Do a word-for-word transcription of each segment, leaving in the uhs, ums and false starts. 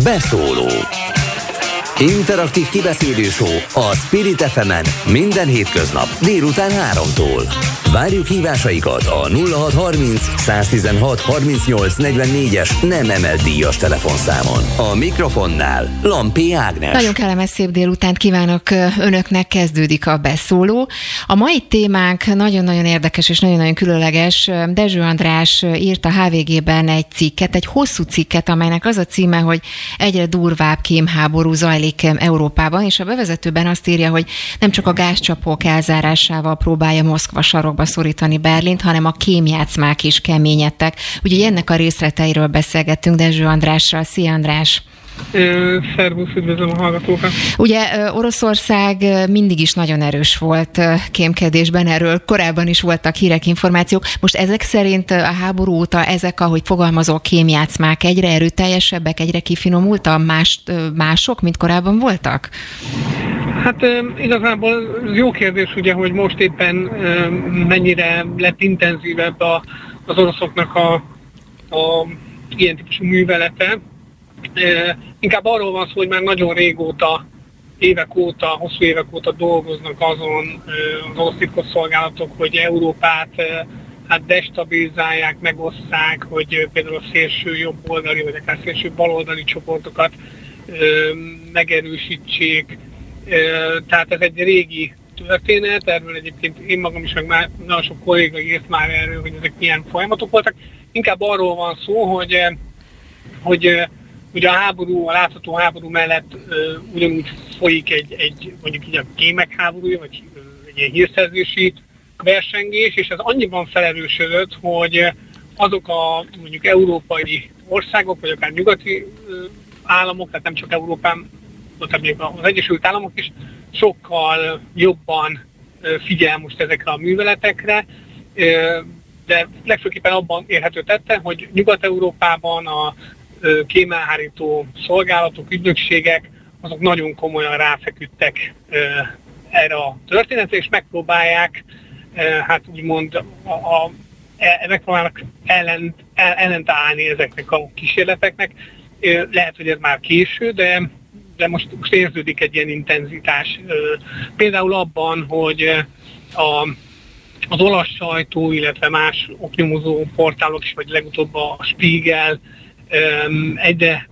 Beszóló. Interaktív kibeszélő show a Spirit ef emen minden hétköznap délután háromtól. Várjuk hívásaikat a nulla hat harminc száztizenhat harmincnyolc negyvennégyes nem emelt díjas telefonszámon. A mikrofonnál Lampi Ágnes. Nagyon kellemes szép délutánt kívánok önöknek, kezdődik a Beszóló. A mai témánk nagyon-nagyon érdekes és nagyon-nagyon különleges. Dezső András írt a há vé gében egy cikket, egy hosszú cikket, amelynek az a címe, hogy egyre durvább kémháború zajlik Európában, és a bevezetőben azt írja, hogy nem csak a gázcsapok elzárásával próbálja Moszkva sarokba szorítani Berlint, hanem a kémjátszmák is keményedtek. Ugye ennek a részleteiről beszélgettünk Dezső Andrással. Szia, András! Szervusz, üdvözlöm a hallgatókat! Ugye Oroszország mindig is nagyon erős volt kémkedésben, erről korábban is voltak hírek, információk. Most ezek szerint a háború óta ezek, ahogy fogalmazó kémjátszmák egyre erőteljesebbek, egyre kifinomultak, más, mások, mint korábban voltak? Hát igazából jó kérdés, ugye, hogy most éppen mennyire lett intenzívebb a, az oroszoknak a, a ilyen típusú művelete. Inkább arról van szó, hogy már nagyon régóta, évek óta, hosszú évek óta dolgoznak azon az orosz titkosszolgálatok, hogy Európát hát destabilizálják, megosszák, hogy például a szélső jobboldali, vagy akár szélső baloldali csoportokat megerősítsék. Tehát ez egy régi történet, erről egyébként én magam is, meg már nagyon sok kolléga írt már erről, hogy ezek milyen folyamatok voltak. Inkább arról van szó, hogy, hogy ugye a háború, a látható háború mellett ugyanúgy folyik egy, egy mondjuk így a kémek háborúja, vagy egy ilyen hírszerzési versengés, és ez annyiban felerősödött, hogy azok a mondjuk európai országok, vagy akár nyugati államok, tehát nem csak Európán, hanem az Egyesült Államok is sokkal jobban figyel most ezekre a műveletekre, de legfőképpen abban érhető tetten, hogy Nyugat-Európában a kémelhárító szolgálatok, ügynökségek, azok nagyon komolyan ráfeküdtek erre a történetre, és megpróbálják, hát úgymond, a, a, e, megpróbálnak ellent, ellent állni ezeknek a kísérleteknek. Lehet, hogy ez már késő, de de most, most érződik egy ilyen intenzitás. Például abban, hogy a, az olasz sajtó, illetve más oknyomozó portálok is, vagy legutóbb a Spiegel egyre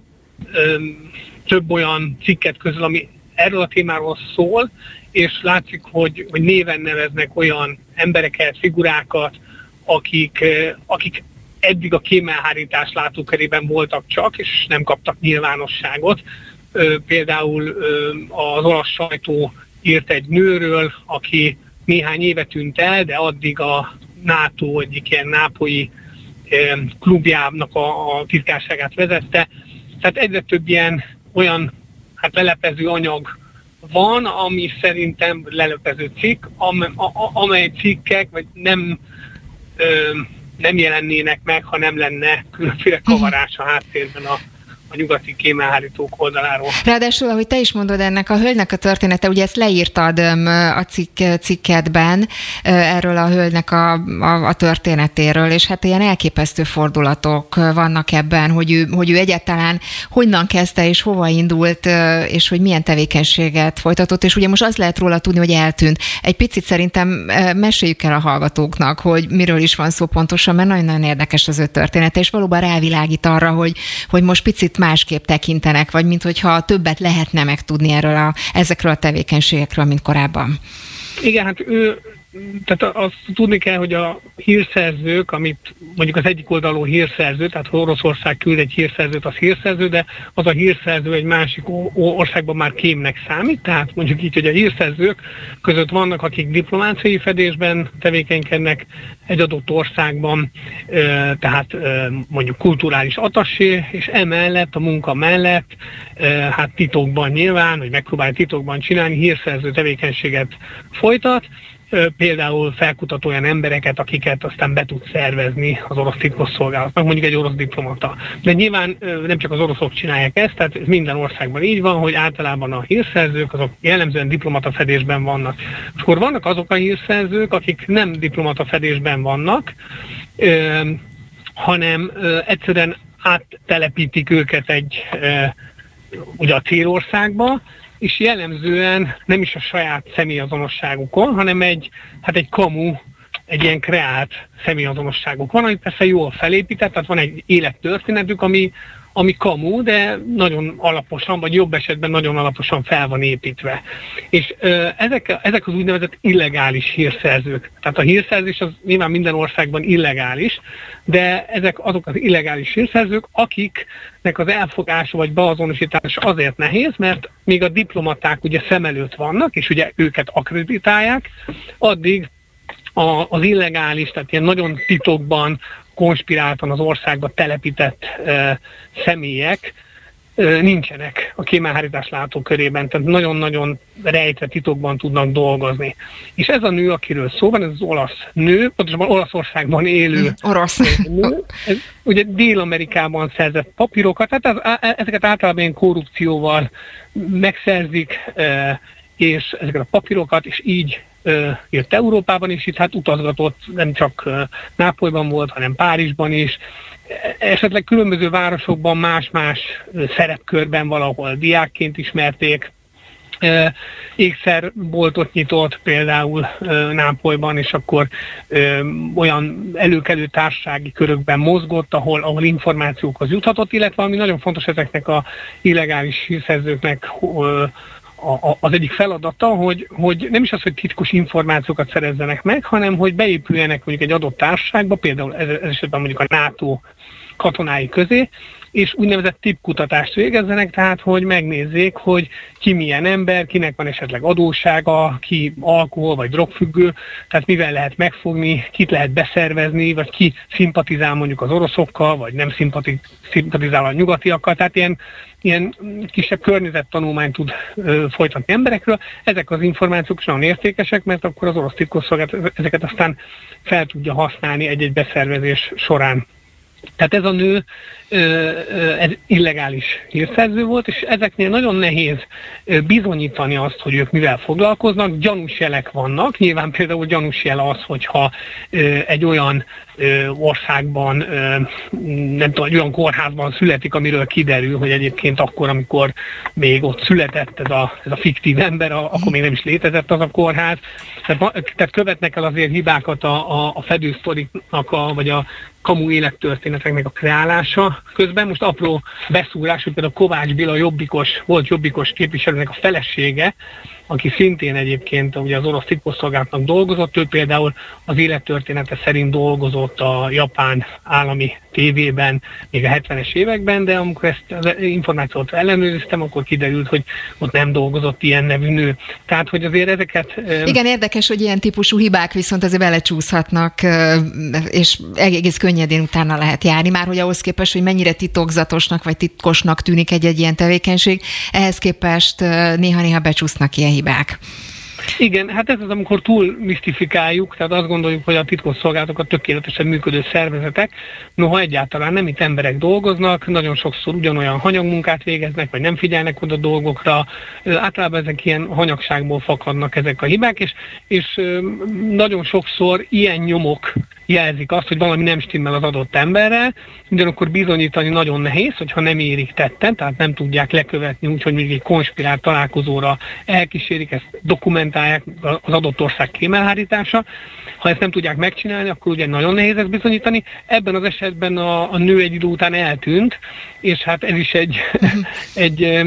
több olyan cikket közül, ami erről a témáról szól, és látszik, hogy, hogy néven neveznek olyan embereket, figurákat, akik, akik eddig a kémelhárítás látókörében voltak csak, és nem kaptak nyilvánosságot. Például az olasz sajtó írt egy nőről, aki néhány éve tűnt el, de addig a NATO egyik ilyen nápolyi klubjának a, a titkárságát vezette. Tehát egyre több ilyen olyan hát lelepező anyag van, ami szerintem lelepező cikk, amely cikkek vagy nem, nem jelennének meg, ha nem lenne különféle kavarás a háttérben a a nyugati kémelhárítók oldaláról. Ráadásul, ahogy te is mondod, ennek a hölgynek a története, ugye ezt leírtad a cikk, cikkedben erről a hölgynek a, a, a történetéről, és hát ilyen elképesztő fordulatok vannak ebben, hogy ő, hogy ő egyáltalán honnan kezdte, és hova indult, és hogy milyen tevékenységet folytatott, és ugye most azt lehet róla tudni, hogy eltűnt. Egy picit szerintem meséljük el a hallgatóknak, hogy miről is van szó pontosan, mert nagyon-nagyon érdekes az ő története, és valóban rávilágít arra, hogy, hogy most picit másképp tekintenek, vagy minthogyha többet lehetne megtudni erről a, ezekről a tevékenységekről, mint korábban. Igen, hát ő, tehát azt tudni kell, hogy a hírszerzők, amit mondjuk az egyik oldalon hírszerző, tehát Oroszország küld egy hírszerzőt, az hírszerző, de az a hírszerző egy másik országban már kémnek számít, tehát mondjuk így, hogy a hírszerzők között vannak, akik diplomáciai fedésben tevékenykednek egy adott országban, tehát mondjuk kulturális atassé, és emellett, a munka mellett, hát titokban nyilván, vagy megpróbálja titokban csinálni, hírszerző tevékenységet folytat, például felkutat olyan embereket, akiket aztán be tud szervezni az orosz titkosszolgálatnak, mondjuk egy orosz diplomata. De nyilván nem csak az oroszok csinálják ezt, tehát ez minden országban így van, hogy általában a hírszerzők azok jellemzően diplomata fedésben vannak. És akkor vannak azok a hírszerzők, akik nem diplomata fedésben vannak, hanem egyszerűen áttelepítik őket egy ugye a célországba, és jellemzően nem is a saját személyazonosságukon, hanem egy, hát egy kamu, egy ilyen kreált személyazonosságuk van, ami persze jól felépített, tehát van egy élettörténetük, ami, ami kamu, de nagyon alaposan, vagy jobb esetben nagyon alaposan fel van építve. És ö, ezek, ezek az úgynevezett illegális hírszerzők. Tehát a hírszerzés az nyilván minden országban illegális, de ezek azok az illegális hírszerzők, akiknek az elfogása vagy beazonosítása azért nehéz, mert még a diplomaták ugye szem előtt vannak, és ugye őket akkreditálják, addig a, az illegális, tehát ilyen nagyon titokban, konspiráltan az országba telepített e, személyek e, nincsenek a kémelhárítás látókörében, tehát nagyon-nagyon rejtve titokban tudnak dolgozni. És ez a nő, akiről szó van, ez az olasz nő, pontosabban Olaszországban élő orosz nő, ez, ugye Dél-Amerikában szerzett papírokat, tehát az, ezeket általában ilyen korrupcióval megszerzik, e, és ezeket a papírokat, és így jött Európában, és itt hát utazgatott, nem csak Nápolyban volt, hanem Párizsban is, esetleg különböző városokban más-más szerepkörben valahol diákként ismerték, ékszerboltot nyitott például Nápolyban, és akkor olyan előkelő társasági körökben mozgott, ahol, ahol információkhoz juthatott, illetve ami nagyon fontos ezeknek a illegális hírszerzőknek az egyik feladata, hogy, hogy nem is az, hogy titkos információkat szerezzenek meg, hanem hogy beépüljenek mondjuk egy adott társaságba, például ez, ez esetben mondjuk a NATO katonái közé, és úgynevezett tippkutatást végezzenek, tehát hogy megnézzék, hogy ki milyen ember, kinek van esetleg adóssága, ki alkohol vagy drogfüggő, tehát mivel lehet megfogni, kit lehet beszervezni, vagy ki szimpatizál mondjuk az oroszokkal, vagy nem szimpatizál a nyugatiakkal, tehát ilyen, ilyen kisebb környezettanulmányt tud ö, folytatni emberekről. Ezek az információk nagyon értékesek, mert akkor az orosz titkosszolgálat ezeket aztán fel tudja használni egy-egy beszervezés során. Tehát ez a nő ez illegális hírszerző volt, és ezeknél nagyon nehéz bizonyítani azt, hogy ők mivel foglalkoznak. Gyanús jelek vannak, nyilván például gyanús jel az, hogyha egy olyan országban, nem tudom, egy olyan kórházban születik, amiről kiderül, hogy egyébként akkor, amikor még ott született ez a, ez a fiktív ember, akkor még nem is létezett az a kórház. Tehát, tehát követnek el azért hibákat a, a, a fedősztoriknak, a, vagy a kamu élettörténeteknek a kreálása közben. Most apró beszúrás, hogy például Kovács Béla jobbikos, volt jobbikos képviselőnek a felesége, aki szintén egyébként ugye az orosz titkosszolgálatnak dolgozott, ő például az élettörténete szerint dolgozott a japán állami tévében még a hetvenes években, de amikor ezt az információt ellenőriztem, akkor kiderült, hogy ott nem dolgozott ilyen nevű nő. Tehát, hogy azért ezeket... Igen, érdekes, hogy ilyen típusú hibák viszont azért belecsúszhatnak, és egész könnyedén utána lehet járni, már hogy ahhoz képest, hogy mennyire titokzatosnak vagy titkosnak tűnik egy-egy ilyen tevékenység, ehhez képest néha-néha becsúsznak ilyen hibák. Igen, hát ez az, amikor túl misztifikáljuk, tehát azt gondoljuk, hogy a titkosszolgálatok a tökéletesen működő szervezetek, noha egyáltalán nem, itt emberek dolgoznak, nagyon sokszor ugyanolyan hanyagmunkát végeznek, vagy nem figyelnek oda dolgokra, általában ezek ilyen hanyagságból fakadnak ezek a hibák, és, és nagyon sokszor ilyen nyomok jelzik azt, hogy valami nem stimmel az adott emberrel, ugyanakkor bizonyítani nagyon nehéz, hogyha nem érik tetten, tehát nem tudják lekövetni úgy, hogy még egy konspirált találkozóra elkísérik, ezt dokumentálják, az adott ország kémelhárítása. Ha ezt nem tudják megcsinálni, akkor ugye nagyon nehéz ezt bizonyítani. Ebben az esetben a, a nő egy idő után eltűnt, és hát ez is egy, egy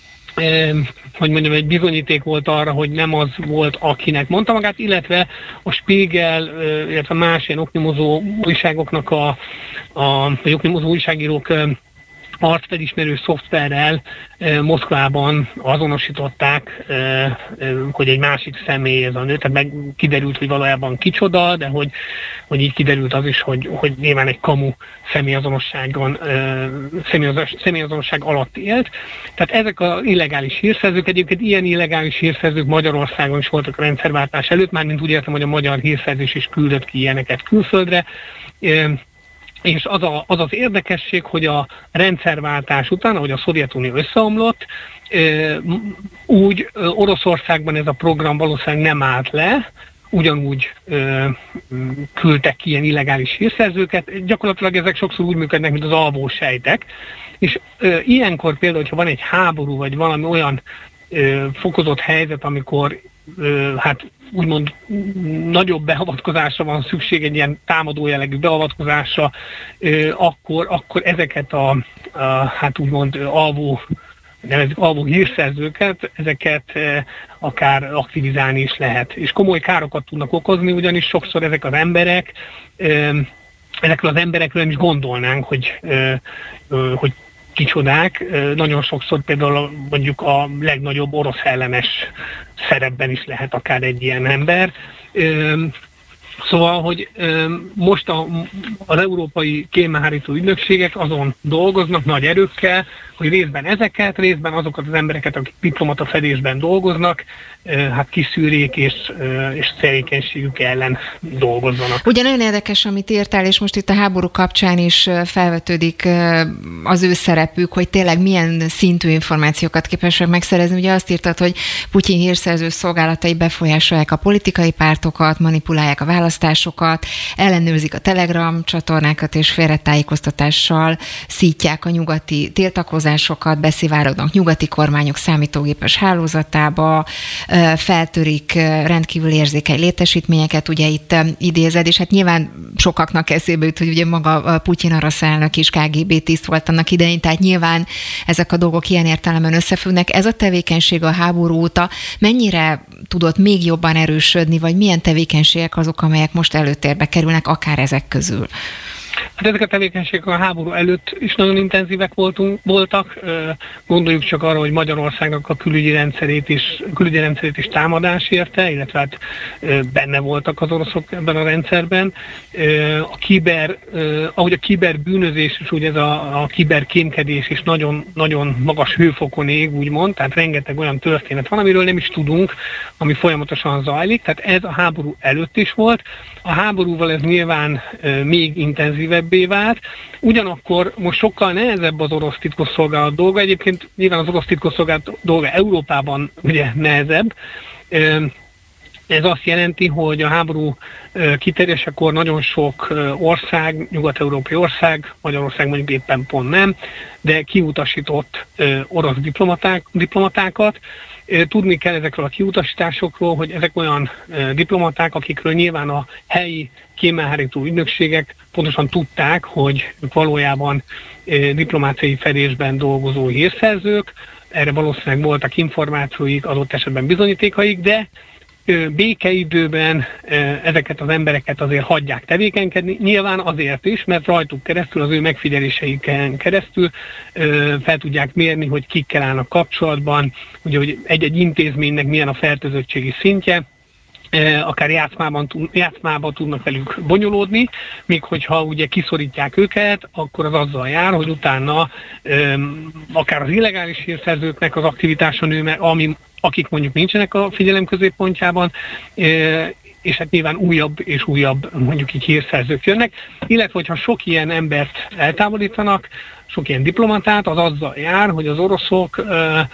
hogy mondjam, egy bizonyíték volt arra, hogy nem az volt, akinek mondta magát, illetve a Spiegel, illetve más ilyen oknyomozó újságoknak a, a vagy oknyomozó újságírók arcfelismerő szoftverrel e, Moszkvában azonosították, e, e, hogy egy másik személy ez a nő, tehát meg kiderült, hogy valójában kicsoda, de hogy, hogy így kiderült az is, hogy, hogy nyilván egy kamu személyazonosságon, e, személyazos, személyazonosság alatt élt. Tehát ezek az illegális hírszerzők, egyébként ilyen illegális hírszerzők Magyarországon is voltak a rendszerváltás előtt, mármint úgy értem, hogy a magyar hírszerzés is küldött ki ilyeneket külföldre, e, és az, a, az az érdekesség, hogy a rendszerváltás után, ahogy a Szovjetunió összeomlott, úgy Oroszországban ez a program valószínűleg nem állt le, ugyanúgy ö, küldtek ki ilyen illegális hírszerzőket. Gyakorlatilag ezek sokszor úgy működnek, mint az alvósejtek. És ö, ilyenkor például, hogyha van egy háború, vagy valami olyan ö, fokozott helyzet, amikor ö, hát úgymond nagyobb beavatkozásra van szükség, egy ilyen támadó jellegű beavatkozásra, ö, akkor, akkor ezeket a, a hát úgymond alvó nevezik alvó hírszerzőket, ezeket e, akár aktivizálni is lehet. És komoly károkat tudnak okozni, ugyanis sokszor ezek az emberek, e, ezekről az emberekről nem is gondolnánk, hogy, e, e, hogy kicsodák. E, nagyon sokszor például mondjuk a legnagyobb orosz ellenes szerepben is lehet akár egy ilyen ember. E, Szóval, hogy ö, most a, az európai kémhárító ügynökségek azon dolgoznak nagy erőkkel, hogy részben ezeket, részben azokat az embereket, akik diplomata fedésben dolgoznak, ö, hát kiszűrjék és, ö, és tevékenységük ellen dolgozzanak. Ugye nagyon érdekes, amit írtál, és most itt a háború kapcsán is felvetődik az ő szerepük, hogy tényleg milyen szintű információkat képesek megszerezni. Ugye azt írtad, hogy Putyin hírszerző szolgálatai befolyásolják a politikai pártokat, manipulálják a választásokat, ellenőrzik a Telegram csatornákat és félretájékoztatással szítják a nyugati tiltakozásokat, beszivárognak nyugati kormányok számítógépes hálózatába, feltörik rendkívül érzékeny létesítményeket, ugye itt idézed, és hát nyilván sokaknak eszébe jut, hogy ugye maga Putyin orosz elnök is ká gé bé tiszt volt annak idején, tehát nyilván ezek a dolgok ilyen értelemben összefüggnek. Ez a tevékenység a háború óta mennyire tudott még jobban erősödni, vagy milyen tevékenységek azok, amelyek most előtérbe kerülnek, akár ezek közül? Hát ezek a tevékenységek a háború előtt is nagyon intenzívek voltunk, voltak. Gondoljuk csak arra, hogy Magyarországnak a külügyi rendszerét is, külügyi rendszerét is támadás érte, illetve hát benne voltak az oroszok ebben a rendszerben. A kiber, ahogy a kiberbűnözés és ugye ez a, a kiberkémkedés is nagyon, nagyon magas hőfokon ég, úgymond, tehát rengeteg olyan történet van, amiről nem is tudunk, ami folyamatosan zajlik, tehát ez a háború előtt is volt. A háborúval ez nyilván még intenzívebbé vált, ugyanakkor most sokkal nehezebb az orosz titkosszolgálat dolga, egyébként nyilván az orosz titkosszolgálat dolga Európában ugye nehezebb. Ez azt jelenti, hogy a háború kiterjedésekor nagyon sok ország, nyugat-európai ország, Magyarország mondjuk éppen pont nem, de kiutasított orosz diplomaták, diplomatákat. Tudni kell ezekről a kiutasításokról, hogy ezek olyan diplomaták, akikről nyilván a helyi kémelhárító ügynökségek pontosan tudták, hogy valójában diplomáciai fedésben dolgozó hírszerzők, erre valószínűleg voltak információik, adott esetben bizonyítékaik, de békeidőben ezeket az embereket azért hagyják tevékenykedni, nyilván azért is, mert rajtuk keresztül, az ő megfigyeléseiken keresztül fel tudják mérni, hogy kikkel állnak kapcsolatban, ugye, hogy egy-egy intézménynek milyen a fertőzöttségi szintje, akár játszmában, játszmában tudnak velük bonyolódni, míg hogyha ugye kiszorítják őket, akkor az azzal jár, hogy utána akár az illegális hírszerzőknek az aktivitása nő, mert ami akik mondjuk nincsenek a figyelem középpontjában, és hát nyilván újabb és újabb mondjuk így hírszerzők jönnek, illetve hogyha sok ilyen embert eltávolítanak, sok ilyen diplomatát, az azzal jár, hogy az oroszok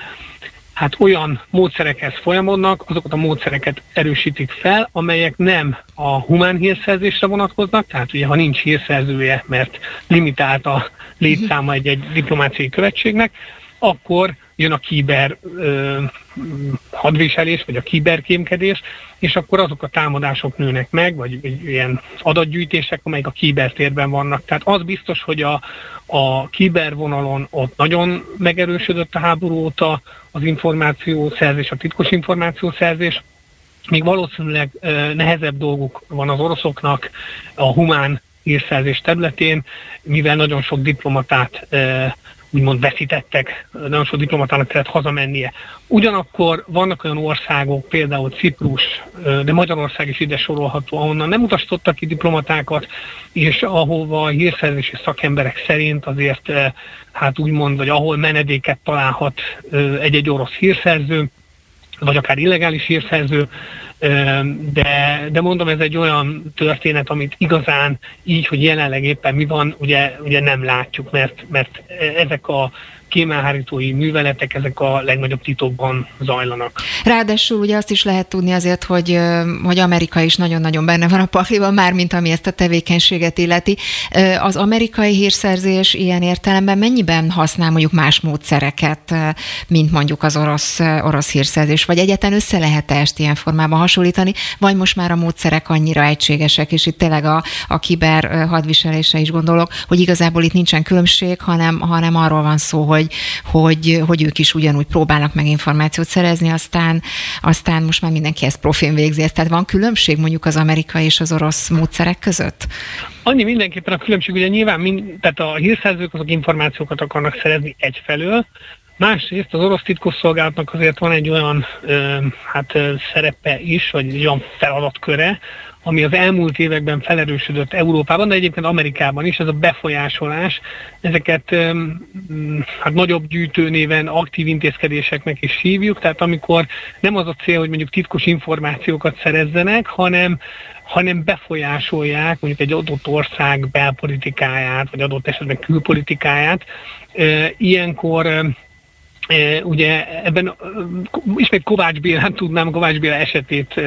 hát olyan módszerekhez folyamodnak, azokat a módszereket erősítik fel, amelyek nem a humán hírszerzésre vonatkoznak, tehát ugye ha nincs hírszerzője, mert limitált a létszáma egy-egy diplomáciai követségnek, akkor jön a kiber ö, hadviselés, vagy a kiberkémkedés, és akkor azok a támadások nőnek meg, vagy, vagy ilyen adatgyűjtések, amelyek a kibertérben vannak. Tehát az biztos, hogy a, a kibervonalon ott nagyon megerősödött a háború óta az információszerzés, a titkos információszerzés, még valószínűleg ö, nehezebb dolguk van az oroszoknak a humán hírszerzés területén, mivel nagyon sok diplomatát ö, úgymond veszítettek, nagyon sok diplomatának kellett hazamennie. Ugyanakkor vannak olyan országok, például Ciprus, de Magyarország is ide sorolható, ahonnan nem utasítottak ki diplomatákat, és ahova a hírszerzési szakemberek szerint azért, hát úgymond, vagy ahol menedéket találhat egy-egy orosz hírszerző, vagy akár illegális hírszerző, de, de mondom, ez egy olyan történet, amit igazán így, hogy jelenleg éppen mi van, ugye, ugye nem látjuk, mert, mert ezek a kémelhárítói műveletek, ezek a legnagyobb titokban zajlanak. Ráadásul ugye azt is lehet tudni azért, hogy, hogy Amerika is nagyon-nagyon benne van a pakliban, mármint ami ezt a tevékenységet illeti. Az amerikai hírszerzés ilyen értelemben mennyiben használ mondjuk más módszereket, mint mondjuk az orosz, orosz hírszerzés, vagy egyáltalán össze lehet-e ezt ilyen formában hasonlítani, vagy most már a módszerek annyira egységesek, és itt tényleg a, a kiber hadviselésre is gondolok, hogy igazából itt nincsen különbség, hanem, hanem arról van szó, hogy, hogy, hogy ők is ugyanúgy próbálnak meg információt szerezni, aztán, aztán most már mindenki ezt profin végzi. Ezt. Tehát van különbség mondjuk az amerikai és az orosz módszerek között? Annyi mindenképpen a különbség, ugye nyilván mind, tehát a hírszerzők azok információkat akarnak szerezni egyfelől, másrészt az orosz titkosszolgálatnak azért van egy olyan ö, hát, ö, szerepe is, vagy egy olyan feladatköre, ami az elmúlt években felerősödött Európában, de egyébként Amerikában is, ez a befolyásolás. Ezeket ö, hát nagyobb gyűjtőnéven aktív intézkedéseknek is hívjuk, tehát amikor nem az a cél, hogy mondjuk titkos információkat szerezzenek, hanem hanem befolyásolják mondjuk egy adott ország belpolitikáját, vagy adott esetben külpolitikáját. Ilyenkor ugye ebben ismét Kovács Bélát tudnám, Kovács Béla esetét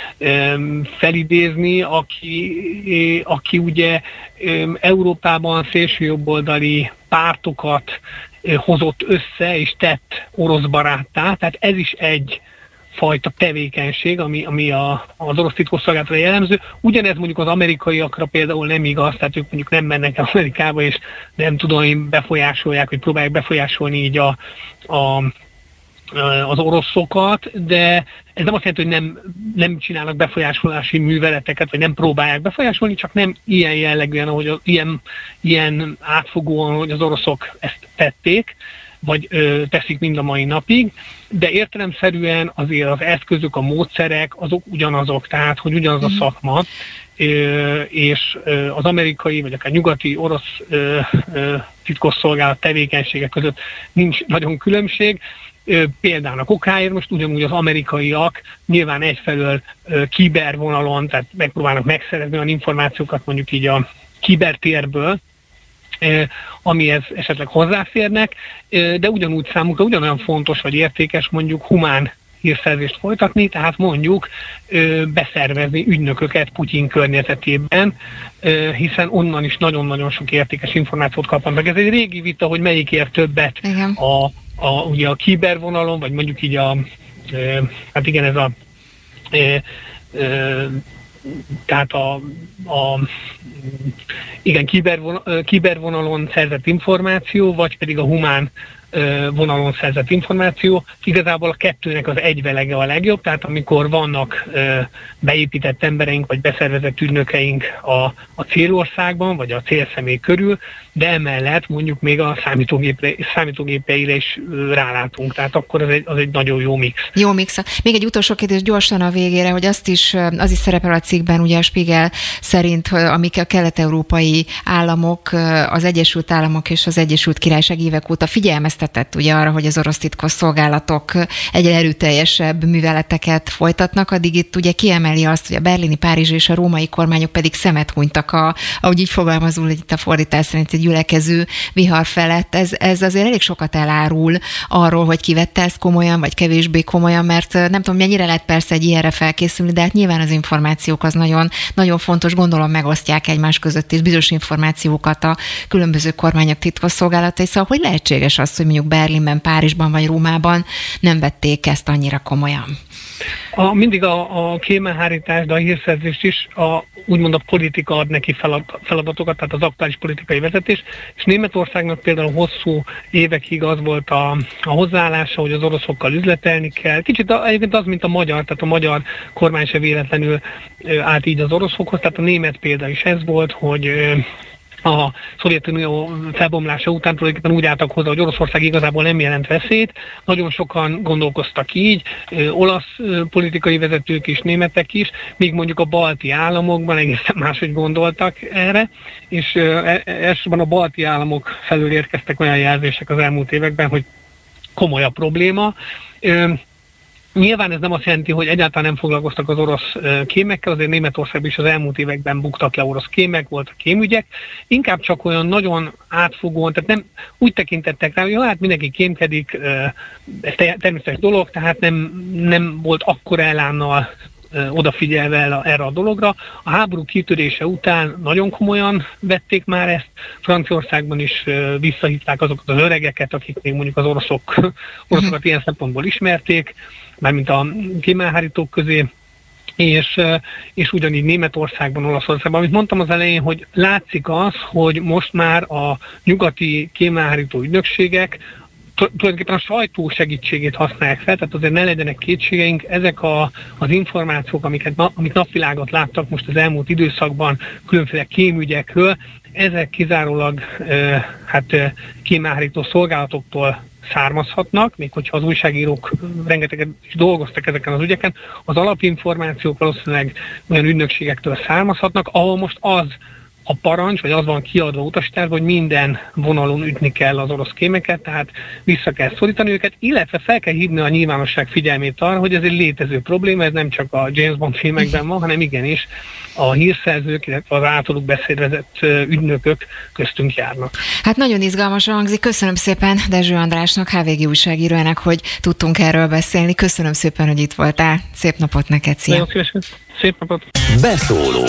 felidézni, aki, aki ugye Európában szélsőjobboldali pártokat hozott össze és tett orosz baráttá, tehát ez is egy fajta tevékenység, ami, ami a, az orosz titkosszolgálatra jellemző. Ugyanez mondjuk az amerikaiakra például nem igaz, tehát ők mondjuk nem mennek el Amerikába, és nem tudom, befolyásolják, vagy próbálják befolyásolni így a, a, az oroszokat, de ez nem azt jelenti, hogy nem, nem csinálnak befolyásolási műveleteket, vagy nem próbálják befolyásolni, csak nem ilyen jellegűen, ahogy az, ilyen, ilyen átfogóan, hogy az oroszok ezt tették, vagy ö, teszik mind a mai napig, de értelemszerűen azért az eszközök, a módszerek, azok ugyanazok, tehát hogy ugyanaz a szakma, ö, és ö, az amerikai, vagy akár nyugati, orosz ö, ö, titkosszolgálat tevékenységek között nincs nagyon különbség. Ö, például a kokáért most ugyanúgy az amerikaiak nyilván egyfelől ö, kibervonalon, tehát megpróbálnak megszerezni olyan információkat mondjuk így a kibertérből, amihez esetleg hozzáférnek, de ugyanúgy számukra ugyanolyan fontos vagy értékes mondjuk humán hírszerzést folytatni, tehát mondjuk beszervezni ügynököket Putyin környezetében, hiszen onnan is nagyon-nagyon sok értékes információt kapnak. Ez egy régi vita, hogy melyik ér többet a, a, ugye a kibervonalon, vagy mondjuk így a, hát igen, ez a tehát a, a igen, kibervonalon, kibervonalon szerzett információ, vagy pedig a humán vonalon szerzett információ. Igazából a kettőnek az egyvelege a legjobb, tehát amikor vannak beépített embereink, vagy beszervezett ügynökeink a, a célországban, vagy a célszemély körül, de emellett mondjuk még a számítógépre, számítógépeire is rálátunk, tehát akkor az egy, az egy nagyon jó mix. Jó mix. Még egy utolsó kérdés gyorsan a végére, hogy azt is, az is szerepel a cikkben, ugye a Spiegel szerint, amik a kelet-európai államok, az Egyesült Államok és az Egyesült Királyság évek óta figyelmeztetett ugye arra, hogy az orosz titkosszolgálatok egyre erőteljesebb műveleteket folytatnak, addig itt ugye kiemeli azt, hogy a berlini, párizsi és a római kormányok pedig szemet hunytak a, ahogy így fogalmazul, hogy itt a fordítás szerint egy gyülekező vihar felett. Ez, ez azért elég sokat elárul arról, hogy ki vette ezt komolyan, vagy kevésbé komolyan, mert nem tudom, mennyire lehet persze egy ilyenre felkészülni, de hát nyilván az információk az nagyon, nagyon fontos, gondolom megosztják egymás között is bizonyos információkat a különböző kormányok titkosszolgálatai, szóval hogy lehetséges az, hogy mondjuk Berlinben, Párizsban vagy Rómában nem vették ezt annyira komolyan? A, mindig a, a kémelhárítás, de a hírszerzést is a, úgymond a politika ad neki feladatokat, tehát az aktuális politikai vezetés, és Németországnak például hosszú évekig az volt a, a hozzáállása, hogy az oroszokkal üzletelni kell. Kicsit a, egyébként az, mint a magyar, tehát a magyar kormány se véletlenül állt így az oroszokhoz, tehát a német példa is ez volt, hogy a Szovjetunió felbomlása után tulajdonképpen úgy álltak hozzá, hogy Oroszország igazából nem jelent veszélyt. Nagyon sokan gondolkoztak így, olasz politikai vezetők is, németek is, még mondjuk a balti államokban egészen máshogy gondoltak erre, és elsősorban a balti államok felől érkeztek olyan jelzések az elmúlt években, hogy komoly a probléma. Nyilván ez nem azt jelenti, hogy egyáltalán nem foglalkoztak az orosz kémekkel, azért Németországban is az elmúlt években buktak le orosz kémek, voltak kémügyek, inkább csak olyan nagyon átfogóan, tehát nem úgy tekintettek rá, hogy hát mindenki kémkedik, ez természetes dolog, tehát nem, nem volt akkora elánnal odafigyelve erre a dologra. A háború kitörése után nagyon komolyan vették már ezt. Franciaországban is visszahívták azokat az öregeket, akik még mondjuk az oroszok, oroszokat ilyen szempontból ismerték, mármint a kémelhárítók közé, és, és ugyanígy Németországban, Olaszországban. Amit mondtam az elején, hogy látszik az, hogy most már a nyugati kémelhárító ügynökségek tulajdonképpen a sajtó segítségét használják fel, tehát azért ne legyenek kétségeink, ezek a, az információk, amiket, amit napvilágot láttak most az elmúlt időszakban különféle kémügyekről, ezek kizárólag e, hát e, kémelhárító szolgálatoktól származhatnak, még hogyha az újságírók rengeteget is dolgoztak ezeken az ügyeken, az alapinformációk valószínűleg olyan ügynökségektől származhatnak, ahol most az a parancs, vagy az van kiadva utasításban, hogy minden vonalon ütni kell az orosz kémeket, tehát vissza kell szorítani őket, illetve fel kell hívni a nyilvánosság figyelmét arra, hogy ez egy létező probléma, ez nem csak a James Bond filmekben van, hanem igenis a hírszerzők, illetve az általuk beszédvezett ügynökök köztünk járnak. Hát nagyon izgalmasan hangzik. Köszönöm szépen Dezső Andrásnak, há vé gé újságírójának, hogy tudtunk erről beszélni. Köszönöm szépen, hogy itt voltál. Szép napot neked, szia! Nagyon szívesen. Szép napot! Beszóló.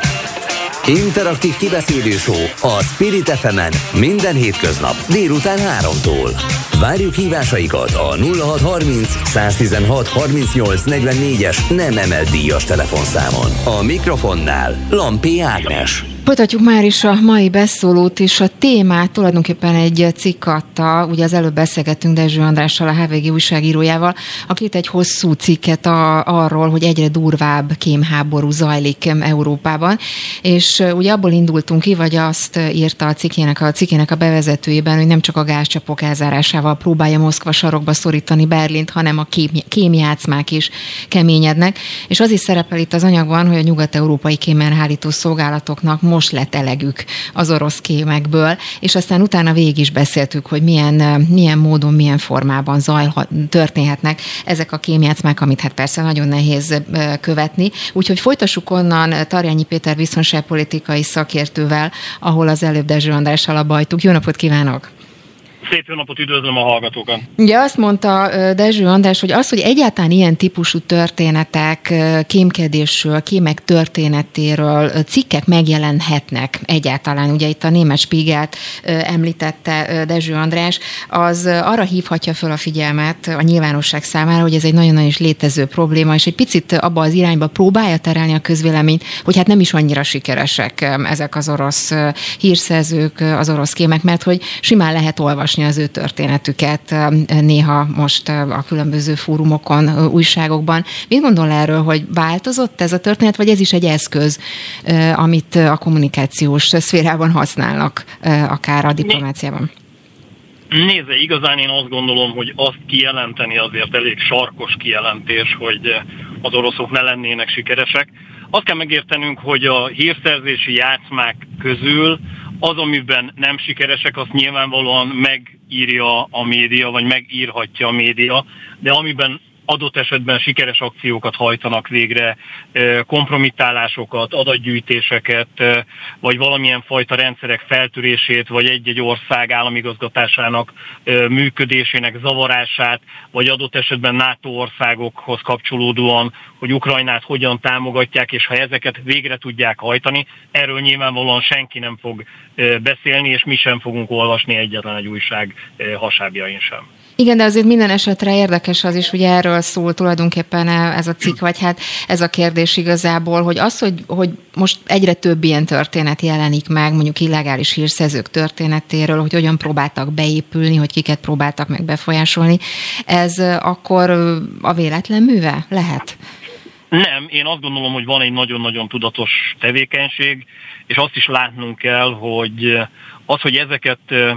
Interaktív kibeszélő show a Spirit ef emen minden hétköznap délután háromtól. Várjuk hívásaikat a nulla hat harminc száztizenhat harmincnyolc negyvennégyes nem emelt díjas telefonszámon. A mikrofonnál Lampi Ágnes. Folytatjuk már is a mai beszólót, és a témát tulajdonképpen egy cikk adta, ugye az előbb beszélgettünk Dezső Andrással, a há vé gé újságírójával, aki írt egy hosszú cikket a, arról, hogy egyre durvább kémháború zajlik Európában, és ugye abból indultunk ki, vagy azt írta a cikkének a, cikkének a bevezetőjében, hogy nem csak a gázcsapok elzárásával próbálja Moszkva sarokba szorítani Berlint, hanem a kém, kémjátszmák is keményednek, és az is szerepel itt az anyagban, hogy a nyugat-európai kémelhárító szolgálatoknak most lett elegük az orosz kémekből, és aztán utána végig is beszéltük, hogy milyen, milyen módon, milyen formában zajlhat, történhetnek ezek a kémjátszmák, amit hát persze nagyon nehéz követni. Úgyhogy folytassuk onnan Tarjányi Péter biztonságpolitikai szakértővel, ahol az előbb Dezső Andrással abba hagytuk. Jó napot kívánok! Szép jó napot, üdvözlöm a hallgatókat! Ugye azt mondta Dezső András, hogy az, hogy egyáltalán ilyen típusú történetek, kémkedésről, kémek történetéről cikkek megjelenhetnek egyáltalán. Ugye itt a német Spiegelt említette Dezső András, az arra hívhatja föl a figyelmet a nyilvánosság számára, hogy ez egy nagyon-nagyon is létező probléma, és egy picit abba az irányba próbálja terelni a közvéleményt, hogy hát nem is annyira sikeresek ezek az orosz hírszerzők, az orosz kémek, mert hogy simán lehet olvasni az ő történetüket néha most a különböző fórumokon, újságokban. Mit gondol erről, hogy változott ez a történet, vagy ez is egy eszköz, amit a kommunikációs szférában használnak, akár a diplomáciában? Nézze, igazán én azt gondolom, hogy azt kijelenteni azért elég sarkos kijelentés, hogy az oroszok ne lennének sikeresek. Azt kell megértenünk, hogy a hírszerzési játszmák közül az, amiben nem sikeresek, azt nyilvánvalóan megírja a média, vagy megírhatja a média, de amiben adott esetben sikeres akciókat hajtanak végre, kompromittálásokat, adatgyűjtéseket, vagy valamilyen fajta rendszerek feltörését, vagy egy-egy ország államigazgatásának működésének zavarását, vagy adott esetben NATO országokhoz kapcsolódóan, hogy Ukrajnát hogyan támogatják, és ha ezeket végre tudják hajtani, erről nyilvánvalóan senki nem fog beszélni, és mi sem fogunk olvasni egyetlen egy újság hasábjain sem. Igen, de azért minden esetre érdekes az is, hogy erről szól tulajdonképpen ez a cikk, vagy hát ez a kérdés igazából, hogy az, hogy, hogy most egyre több ilyen történet jelenik meg, mondjuk illegális hírszerzők történetéről, hogy hogyan próbáltak beépülni, hogy kiket próbáltak meg befolyásolni, ez akkor a véletlen műve lehet? Nem, én azt gondolom, hogy van egy nagyon-nagyon tudatos tevékenység, és azt is látnunk kell, hogy az, hogy ezeket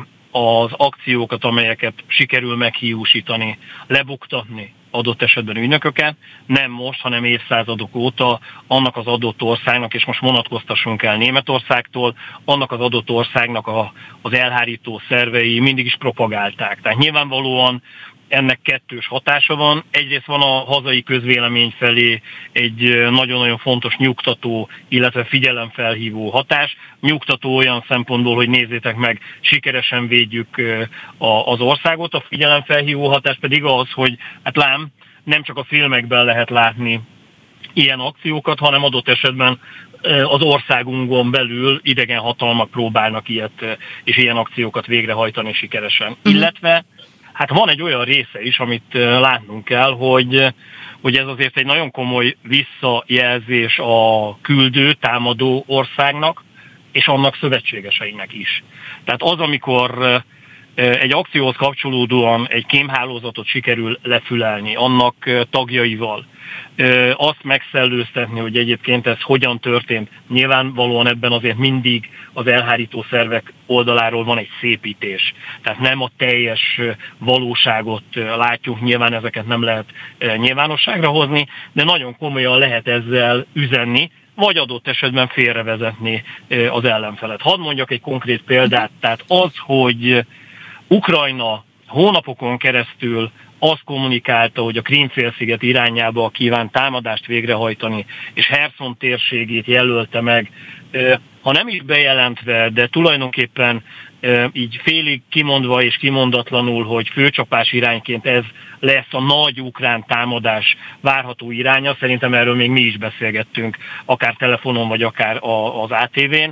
az akciókat, amelyeket sikerül meghiúsítani, lebuktatni adott esetben ügynököket, nem most, hanem évszázadok óta annak az adott országnak, és most vonatkoztassunk el Németországtól, annak az adott országnak a, az elhárító szervei mindig is propagálták. Tehát nyilvánvalóan ennek kettős hatása van. Egyrészt van a hazai közvélemény felé egy nagyon-nagyon fontos nyugtató, illetve figyelemfelhívó hatás. Nyugtató olyan szempontból, hogy nézzétek meg, sikeresen védjük az országot, a figyelemfelhívó hatás pedig az, hogy hát lám, nem csak a filmekben lehet látni ilyen akciókat, hanem adott esetben az országunkon belül idegen hatalmak próbálnak ilyet és ilyen akciókat végrehajtani sikeresen. Mm. Illetve hát van egy olyan része is, amit látnunk kell, hogy, hogy ez azért egy nagyon komoly visszajelzés a küldő, támadó országnak, és annak szövetségeseinek is. Tehát az, amikor egy akcióhoz kapcsolódóan egy kémhálózatot sikerül lefülelni annak tagjaival, azt megszellőztetni, hogy egyébként ez hogyan történt. Nyilvánvalóan ebben azért mindig az elhárító szervek oldaláról van egy szépítés. Tehát nem a teljes valóságot látjuk, nyilván ezeket nem lehet nyilvánosságra hozni, de nagyon komolyan lehet ezzel üzenni, vagy adott esetben félrevezetni az ellenfelet. Hadd mondjak egy konkrét példát, tehát az, hogy Ukrajna hónapokon keresztül azt kommunikálta, hogy a Krím-félsziget irányába kíván támadást végrehajtani, és Herszon térségét jelölte meg, ha nem is bejelentve, de tulajdonképpen így félig kimondva és kimondatlanul, hogy főcsapás irányként ez lesz a nagy ukrán támadás várható iránya. Szerintem erről még mi is beszélgettünk, akár telefonon, vagy akár az á té vén.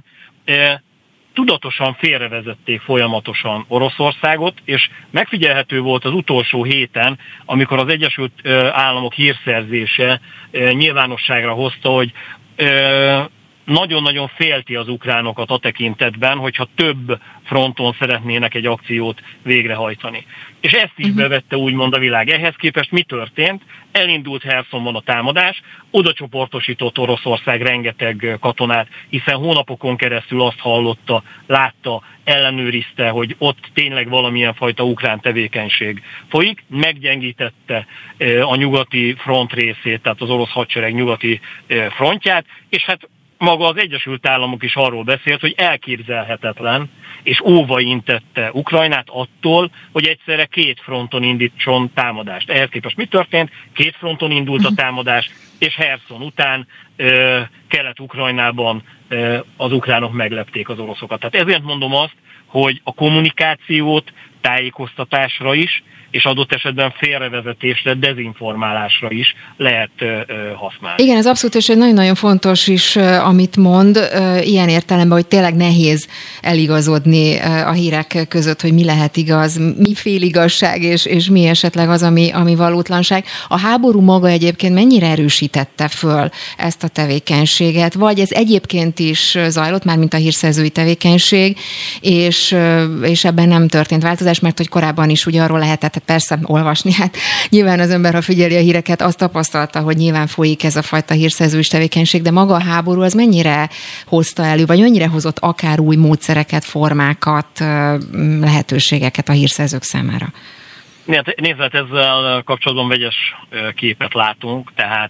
Tudatosan félrevezették folyamatosan Oroszországot, és megfigyelhető volt az utolsó héten, amikor az Egyesült Államok hírszerzése nyilvánosságra hozta, hogy nagyon-nagyon félti az ukránokat a tekintetben, hogyha több fronton szeretnének egy akciót végrehajtani. És ezt is bevette úgymond a világ. Ehhez képest mi történt? Elindult Herszonban a támadás, oda csoportosított Oroszország rengeteg katonát, hiszen hónapokon keresztül azt hallotta, látta, ellenőrizte, hogy ott tényleg valamilyen fajta ukrán tevékenység folyik, meggyengítette a nyugati front részét, tehát az orosz hadsereg nyugati frontját, és hát maga az Egyesült Államok is arról beszélt, hogy elképzelhetetlen, és óva intette Ukrajnát attól, hogy egyszerre két fronton indítson támadást. Ehhez képest mi történt? Két fronton indult a támadás, és Herszon után ö, Kelet-Ukrajnában ö, az ukránok meglepték az oroszokat. Tehát ezért mondom azt, hogy a kommunikációt tájékoztatásra is, és adott esetben félrevezetésre, dezinformálásra is lehet ö, használni. Igen, ez abszolút, és egy nagyon-nagyon fontos is, amit mond, ilyen értelemben, hogy tényleg nehéz eligazodni a hírek között, hogy mi lehet igaz, mi féligazság, és, és mi esetleg az, ami, ami valótlanság. A háború maga egyébként mennyire erősítette föl ezt a tevékenységet, vagy ez egyébként is zajlott, már mint a hírszerzői tevékenység, és, és ebben nem történt változás, mert hogy korábban is ugye arról lehetett persze olvasni. Hát nyilván az ember, ha figyeli a híreket, azt tapasztalta, hogy nyilván folyik ez a fajta hírszerzős tevékenység, de maga a háború az mennyire hozta elő, vagy mennyire hozott akár új módszereket, formákat, lehetőségeket a hírszerzők számára? Nézd, ezzel kapcsolatban vegyes képet látunk, tehát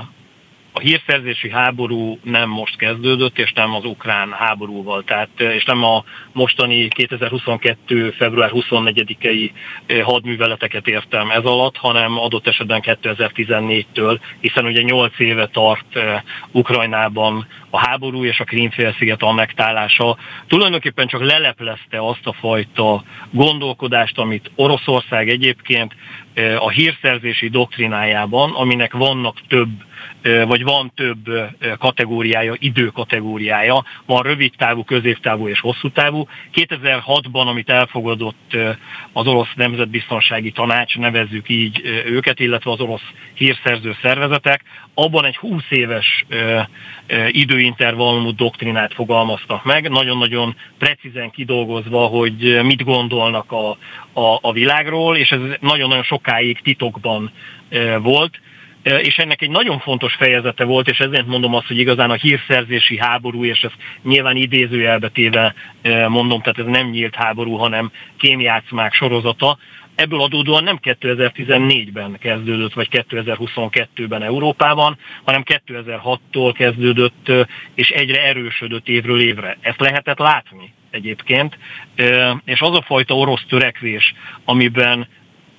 a hírszerzési háború nem most kezdődött, és nem az ukrán háborúval, tehát, és nem a mostani kétezer-huszonkettő. február huszonnegyedikei hadműveleteket értem ez alatt, hanem adott esetben kétezer-tizennégytől, hiszen ugye nyolc éve tart Ukrajnában a háború és a Krím-félsziget annektálása. Tulajdonképpen csak leleplezte azt a fajta gondolkodást, amit Oroszország egyébként a hírszerzési doktrinájában, aminek vannak több, vagy van több kategóriája, időkategóriája, van rövidtávú, középtávú és hosszú távú. kétezer-hatban, amit elfogadott az orosz nemzetbiztonsági tanács, nevezzük így őket, illetve az orosz hírszerző szervezetek, abban egy húsz éves időintervallumú doktrinát fogalmaztak meg, nagyon-nagyon precízen kidolgozva, hogy mit gondolnak a, a, a világról, és ez nagyon-nagyon sokáig titokban volt, és ennek egy nagyon fontos fejezete volt, és ezért mondom azt, hogy igazán a hírszerzési háború, és ezt nyilván idézőjelbe téve mondom, tehát ez nem nyílt háború, hanem kémjátszmák sorozata. Ebből adódóan nem kétezer-tizennégyben kezdődött, vagy kétezer-huszonkettőben Európában, hanem kétezer-hattól kezdődött, és egyre erősödött évről évre. Ezt lehetett látni egyébként, és az a fajta orosz törekvés, amiben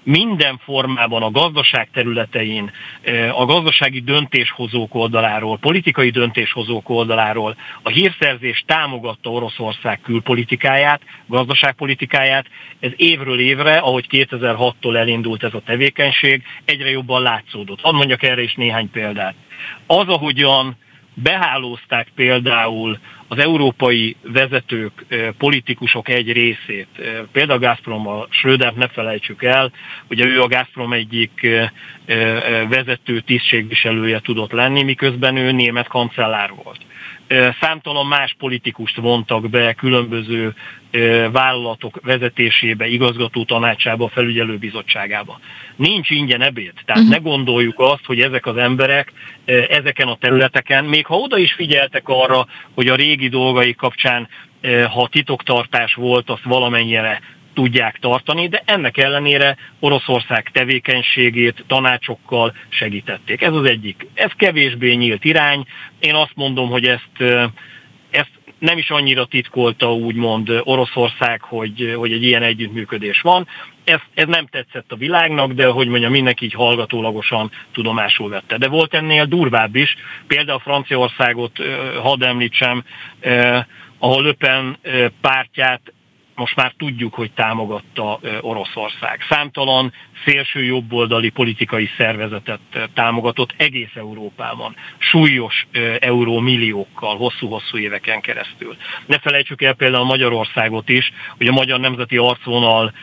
minden formában a gazdaság területein, a gazdasági döntéshozók oldaláról, politikai döntéshozók oldaláról a hírszerzés támogatta Oroszország külpolitikáját, gazdaságpolitikáját. Ez évről évre, ahogy kétezer-hattól elindult ez a tevékenység, egyre jobban látszódott. Hadd mondjak erre is néhány példát. Az, ahogyan behálózták például az európai vezetők, politikusok egy részét. Például a Gazprom, a Schrödert ne felejtsük el, ugye ő a Gazprom egyik vezető tisztségviselője tudott lenni, miközben ő német kancellár volt. Számtalan más politikust vontak be különböző vállalatok vezetésébe, igazgató tanácsába, felügyelőbizottságába. Nincs ingyen ebéd, tehát uh-huh. ne gondoljuk azt, hogy ezek az emberek ezeken a területeken, még ha oda is figyeltek arra, hogy a régi dolgai kapcsán, ha titoktartás volt, azt valamennyire tudják tartani, de ennek ellenére Oroszország tevékenységét tanácsokkal segítették. Ez az egyik. Ez kevésbé nyílt irány. Én azt mondom, hogy ezt, ezt nem is annyira titkolta úgymond Oroszország, hogy, hogy egy ilyen együttműködés van. Ez, ez nem tetszett a világnak, de hogy mondjam, mindenki így hallgatólagosan tudomásul vette. De volt ennél durvább is. Például Franciaországot hadd említsem, ahol Le Pen pártját most már tudjuk, hogy támogatta Oroszország. Számtalan szélső jobboldali politikai szervezetet támogatott egész Európában. Súlyos eurómilliókkal, hosszú-hosszú éveken keresztül. Ne felejtsük el például Magyarországot is, hogy a Magyar Nemzeti Arcvonal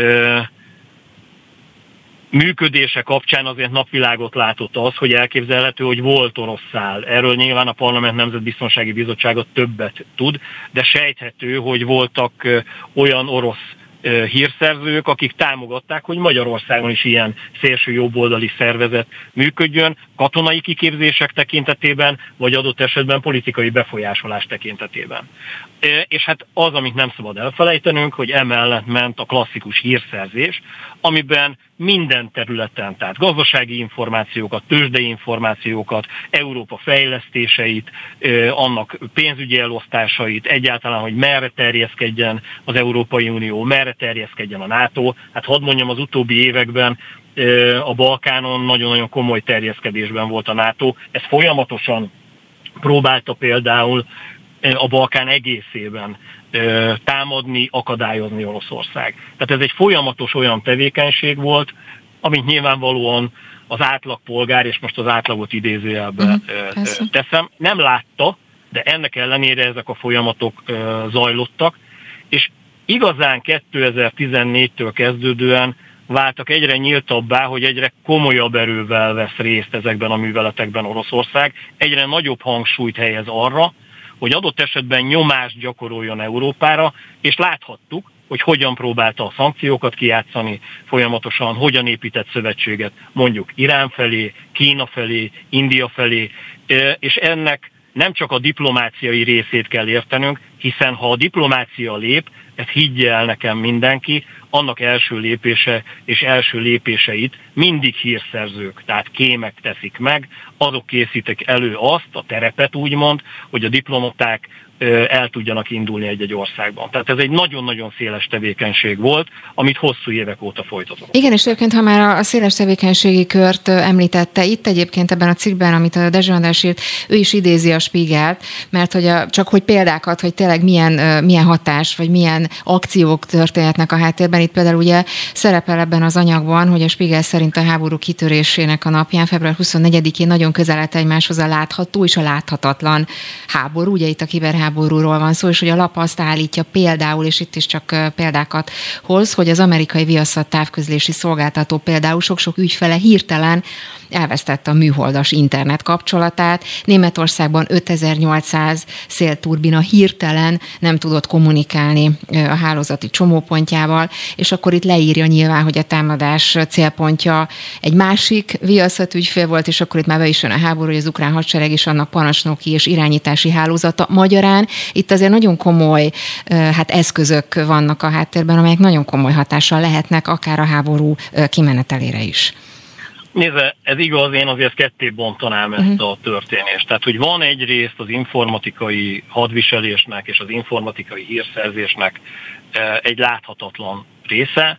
működése kapcsán azért napvilágot látott az, hogy elképzelhető, hogy volt orosz szál. Erről nyilván a Parlament Nemzetbiztonsági Bizottsága többet tud, de sejthető, hogy voltak olyan orosz hírszerzők, akik támogatták, hogy Magyarországon is ilyen szélső jobboldali szervezet működjön, katonai kiképzések tekintetében, vagy adott esetben politikai befolyásolás tekintetében. És hát az, amit nem szabad elfelejtenünk, hogy emellett ment a klasszikus hírszerzés, amiben minden területen, tehát gazdasági információkat, tőzsdei információkat, Európa fejlesztéseit, annak pénzügyi elosztásait, egyáltalán, hogy merre terjeszkedjen az Európai Unió, merre terjeszkedjen a NATO. Hát hadd mondjam, az utóbbi években a Balkánon nagyon-nagyon komoly terjeszkedésben volt a NATO. Ez folyamatosan próbálta például a Balkán egészében támadni, akadályozni Oroszország. Tehát ez egy folyamatos olyan tevékenység volt, amit nyilvánvalóan az átlagpolgár, és most az átlagot idézőjelbe uh-huh, teszem, nem látta, de ennek ellenére ezek a folyamatok zajlottak, és igazán kétezer-tizennégytől kezdődően váltak egyre nyíltabbá, hogy egyre komolyabb erővel vesz részt ezekben a műveletekben Oroszország, egyre nagyobb hangsúlyt helyez arra, hogy adott esetben nyomást gyakoroljon Európára, és láthattuk, hogy hogyan próbálta a szankciókat kijátszani folyamatosan, hogyan épített szövetséget mondjuk Irán felé, Kína felé, India felé, és ennek nem csak a diplomáciai részét kell értenünk, hiszen ha a diplomácia lép, ezt higgye el nekem mindenki, annak első lépése és első lépéseit mindig hírszerzők, tehát kémek teszik meg, azok készítik elő azt, a terepet úgymond, hogy a diplomaták el tudjanak indulni egy-egy országban. Tehát ez egy nagyon-nagyon széles tevékenység volt, amit hosszú évek óta folytatott. Igen, és egyébként, ha már a széles tevékenységi kört említette, itt egyébként ebben a cikkben, amit a Dezső András írt, ő is idézi a Spiegelt, mert hogy a, csak hogy példákat, hogy tényleg milyen, milyen hatás, vagy milyen akciók történhetnek a háttérben. Itt például ugye szerepel ebben az anyagban, hogy a Spiegel szerint a háború kitörésének a napján, február huszonnegyedikén nagyon közel állt egymáshoz a látható és a láthatatlan háború, ugye itt a kiberháború háborúról van szó, és hogy a lap azt állítja például, és itt is csak példákat hoz, hogy az amerikai Viaszat távközlési szolgáltató például sok-sok ügyfele hirtelen elvesztette a műholdas internet kapcsolatát. Németországban ötezer-nyolcszáz szélturbina hirtelen nem tudott kommunikálni a hálózati csomópontjával, és akkor itt leírja nyilván, hogy a támadás célpontja egy másik Viaszat ügyfél volt, és akkor itt már be is jön a háború, hogy az ukrán hadsereg és annak parancsnoki és irányítási hálózata. Magyarán itt azért nagyon komoly hát eszközök vannak a háttérben, amelyek nagyon komoly hatással lehetnek akár a háború kimenetelére is. Nézze, ez igaz, én azért ketté bontanám ezt uh-huh. a történést. Tehát, hogy van egyrészt az informatikai hadviselésnek és az informatikai hírszerzésnek egy láthatatlan része,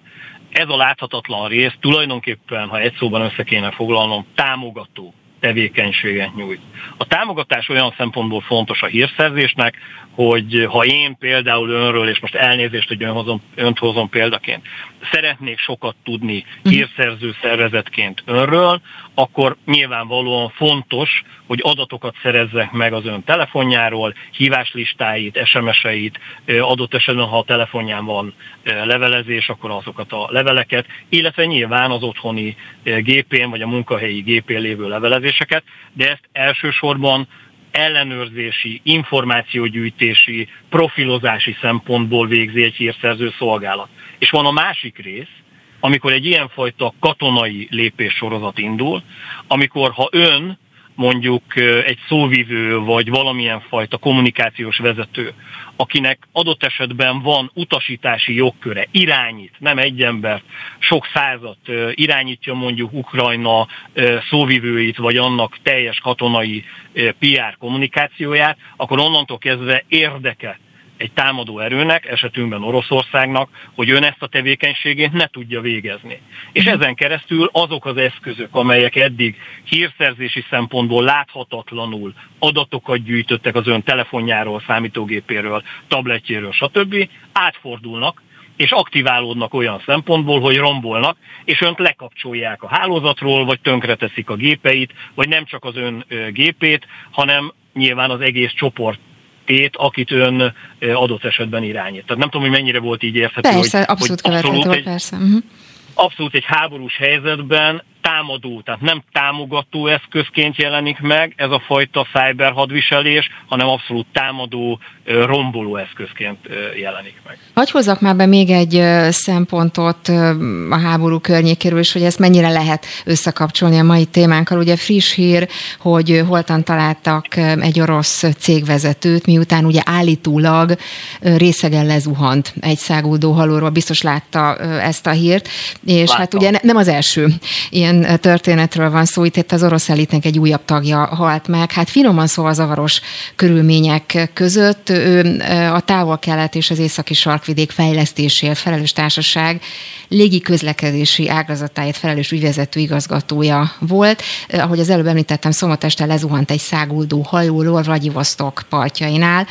ez a láthatatlan rész tulajdonképpen, ha egy szóban össze kéne foglalnom, támogató tevékenységet nyújt. A támogatás olyan szempontból fontos a hírszerzésnek, hogy ha én például önről, és most elnézést, hogy ön hozom, önt hozom példaként, szeretnék sokat tudni hírszerző szervezetként önről, akkor nyilvánvalóan fontos, hogy adatokat szerezzek meg az ön telefonjáról, híváslistáit, es em es-eit, adott esetben, ha a telefonján van levelezés, akkor azokat a leveleket, illetve nyilván az otthoni gépén, vagy a munkahelyi gépén lévő levelezéseket, de ezt elsősorban ellenőrzési, információgyűjtési, profilozási szempontból végzi egy hírszerző szolgálat. És van a másik rész, amikor egy ilyenfajta katonai lépéssorozat indul, amikor ha ön mondjuk egy szóvivő, vagy valamilyen fajta kommunikációs vezető, akinek adott esetben van utasítási jogköre, irányít, nem egy embert, sok százat irányítja mondjuk Ukrajna szóvivőit, vagy annak teljes katonai pé er kommunikációját, akkor onnantól kezdve érdeke egy támadó erőnek, esetünkben Oroszországnak, hogy ön ezt a tevékenységét ne tudja végezni. És ezen keresztül azok az eszközök, amelyek eddig hírszerzési szempontból láthatatlanul adatokat gyűjtöttek az ön telefonjáról, számítógépéről, tabletjéről, stb., átfordulnak, és aktiválódnak olyan szempontból, hogy rombolnak, és önt lekapcsolják a hálózatról, vagy tönkreteszik a gépeit, vagy nem csak az ön gépét, hanem nyilván az egész csoport, akit ön adott esetben irányít. Tehát nem tudom, hogy mennyire volt így érthető. Persze, hogy, abszolút hogy abszolút követhető, egy, persze. Uh-huh. Abszolút egy háborús helyzetben támadó, tehát nem támogató eszközként jelenik meg ez a fajta cyber hadviselés, hanem abszolút támadó, romboló eszközként jelenik meg. Hagy hozzak már be még egy szempontot a háború környékéről, és hogy ezt mennyire lehet összekapcsolni a mai témánkkal. Ugye friss hír, hogy holtan találtak egy orosz cégvezetőt, miután ugye állítólag részegen lezuhant egy száguldó halóról, biztos látta ezt a hírt, és Láttam. Hát ugye nem az első ilyen történetről van szó, itt az orosz elitnek egy újabb tagja halt meg, hát finoman szóval zavaros körülmények között. Ő a távol-kelet és az északi sarkvidék fejlesztéséért felelős társaság légi közlekedési ágazatáért felelős ügyvezető igazgatója volt. Ahogy az előbb említettem, szombat este lezuhant egy száguldó hajóról Vladivosztok partjainál,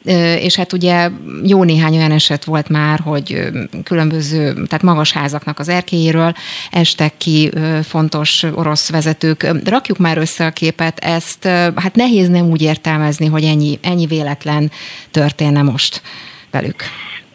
és hát ugye jó néhány olyan eset volt már, hogy különböző, tehát magas házaknak az erkélyéről estek ki fontos orosz vezetők. Rakjuk már össze a képet, ezt hát nehéz nem úgy értelmezni, hogy ennyi, ennyi véletlen történne most velük.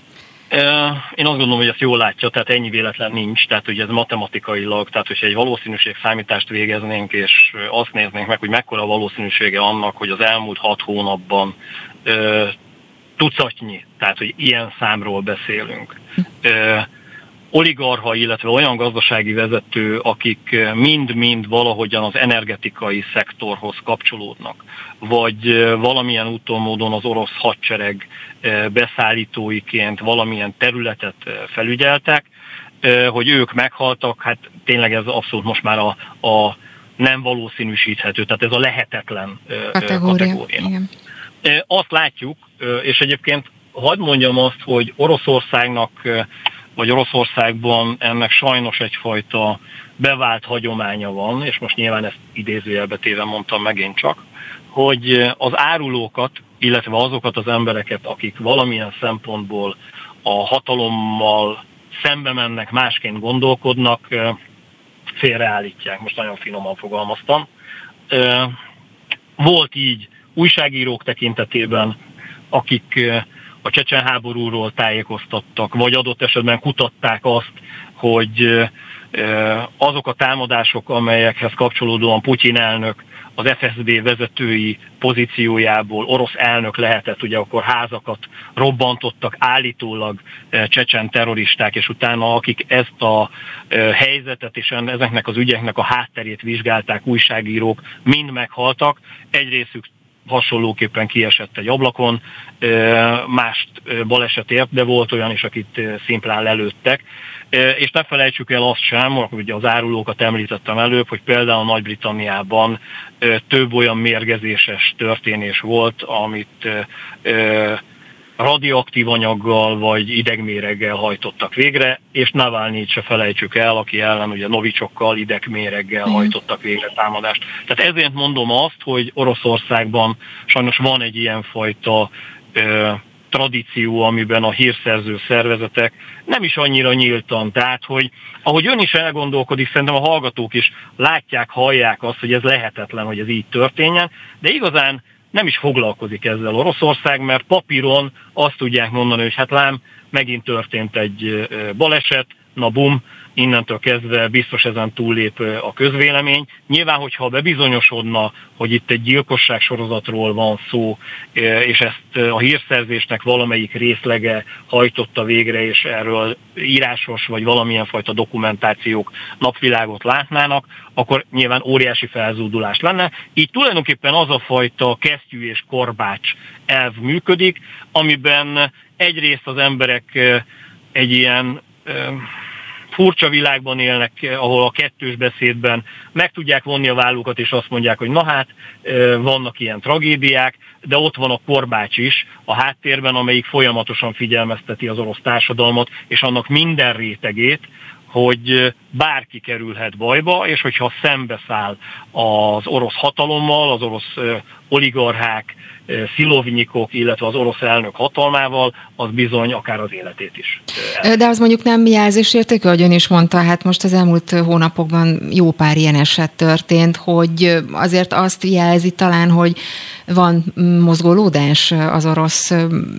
Én azt gondolom, hogy ezt jól látja, tehát ennyi véletlen nincs, tehát hogy ez matematikailag, tehát hogyha egy valószínűségszámítást végeznénk, és azt néznénk meg, hogy mekkora a valószínűsége annak, hogy az elmúlt hat hónapban ö, tucatnyi, tehát hogy ilyen számról beszélünk, ö, oligarcha, illetve olyan gazdasági vezető, akik mind-mind valahogyan az energetikai szektorhoz kapcsolódnak, vagy valamilyen úton módon az orosz hadsereg beszállítóiként valamilyen területet felügyeltek, hogy ők meghaltak, hát tényleg ez abszolút most már a, a nem valószínűsíthető, tehát ez a lehetetlen kategória. kategória. Azt látjuk, és egyébként hadd mondjam azt, hogy Oroszországnak vagy Oroszországban ennek sajnos egyfajta bevált hagyománya van, és most nyilván ezt idézőjelbe téve mondtam megint csak, hogy az árulókat, illetve azokat az embereket, akik valamilyen szempontból a hatalommal szembe mennek, másként gondolkodnak, félreállítják. Most nagyon finoman fogalmaztam. Volt így újságírók tekintetében, akik a csecsen háborúról tájékoztattak, vagy adott esetben kutatták azt, hogy azok a támadások, amelyekhez kapcsolódóan Putyin elnök az ef es bé vezetői pozíciójából orosz elnök lehetett, ugye akkor házakat robbantottak állítólag csecsen terroristák, és utána akik ezt a helyzetet és ezeknek az ügyeknek a hátterét vizsgálták, újságírók, mind meghaltak. Egy részük hasonlóképpen kiesett egy ablakon, mást baleset ért, de volt olyan is, akit szimplán lelőttek. És ne felejtsük el azt sem, hogy az árulókat említettem előbb, hogy például Nagy-Britanniában több olyan mérgezéses történés volt, amit radioaktív anyaggal vagy idegméreggel hajtottak végre, és Navalnyit se felejtsük el, aki ellen ugye novicsokkal, idegméreggel hajtottak végre támadást. Tehát ezért mondom azt, hogy Oroszországban sajnos van egy ilyenfajta ö, tradíció, amiben a hírszerző szervezetek nem is annyira nyíltan. Tehát, hogy ahogy ön is elgondolkodik, szerintem a hallgatók is látják, hallják azt, hogy ez lehetetlen, hogy ez így történjen, de igazán nem is foglalkozik ezzel Oroszország, mert papíron azt tudják mondani, hogy hát lám, megint történt egy baleset, na bum, innentől kezdve biztos ezen túllép a közvélemény. Nyilván, hogyha bebizonyosodna, hogy itt egy gyilkosság sorozatról van szó, és ezt a hírszerzésnek valamelyik részlege hajtotta végre, és erről írásos vagy valamilyen fajta dokumentációk napvilágot látnának, akkor nyilván óriási felzúdulás lenne. Így tulajdonképpen az a fajta kesztyű és korbács elv működik, amiben egyrészt az emberek egy ilyen furcsa világban élnek, ahol a kettős beszédben meg tudják vonni a vállukat, és azt mondják, hogy na hát, vannak ilyen tragédiák, de ott van a korbács is a háttérben, amelyik folyamatosan figyelmezteti az orosz társadalmat, és annak minden rétegét, hogy bárki kerülhet bajba, és hogyha szembeszáll az orosz hatalommal, az orosz oligarchák, szilovnyikok, illetve az orosz elnök hatalmával, az bizony akár az életét is. De az mondjuk nem jelzésértékű, ahogy ön is mondta, hát most az elmúlt hónapokban jó pár ilyen eset történt, hogy azért azt jelzi talán, hogy van mozgolódás az orosz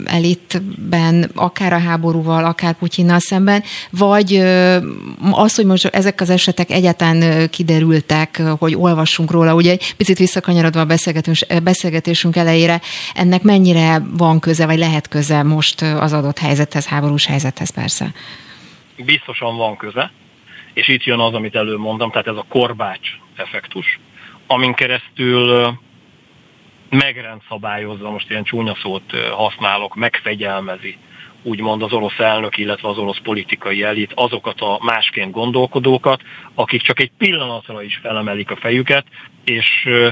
elitben, akár a háborúval, akár Putyinnal szemben, vagy az, hogy most ezek az esetek egyáltalán kiderültek, hogy olvassunk róla, ugye egy picit visszakanyarodva a beszélgetésünk elejére, ennek mennyire van köze, vagy lehet köze most az adott helyzethez, háborús helyzethez persze? Biztosan van köze, és itt jön az, amit előbb mondtam, tehát ez a korbács effektus, amin keresztül megrendszabályozza, most ilyen csúnya szót használok, megfegyelmezi úgymond az orosz elnök, illetve az orosz politikai elit azokat a másként gondolkodókat, akik csak egy pillanatra is felemelik a fejüket, és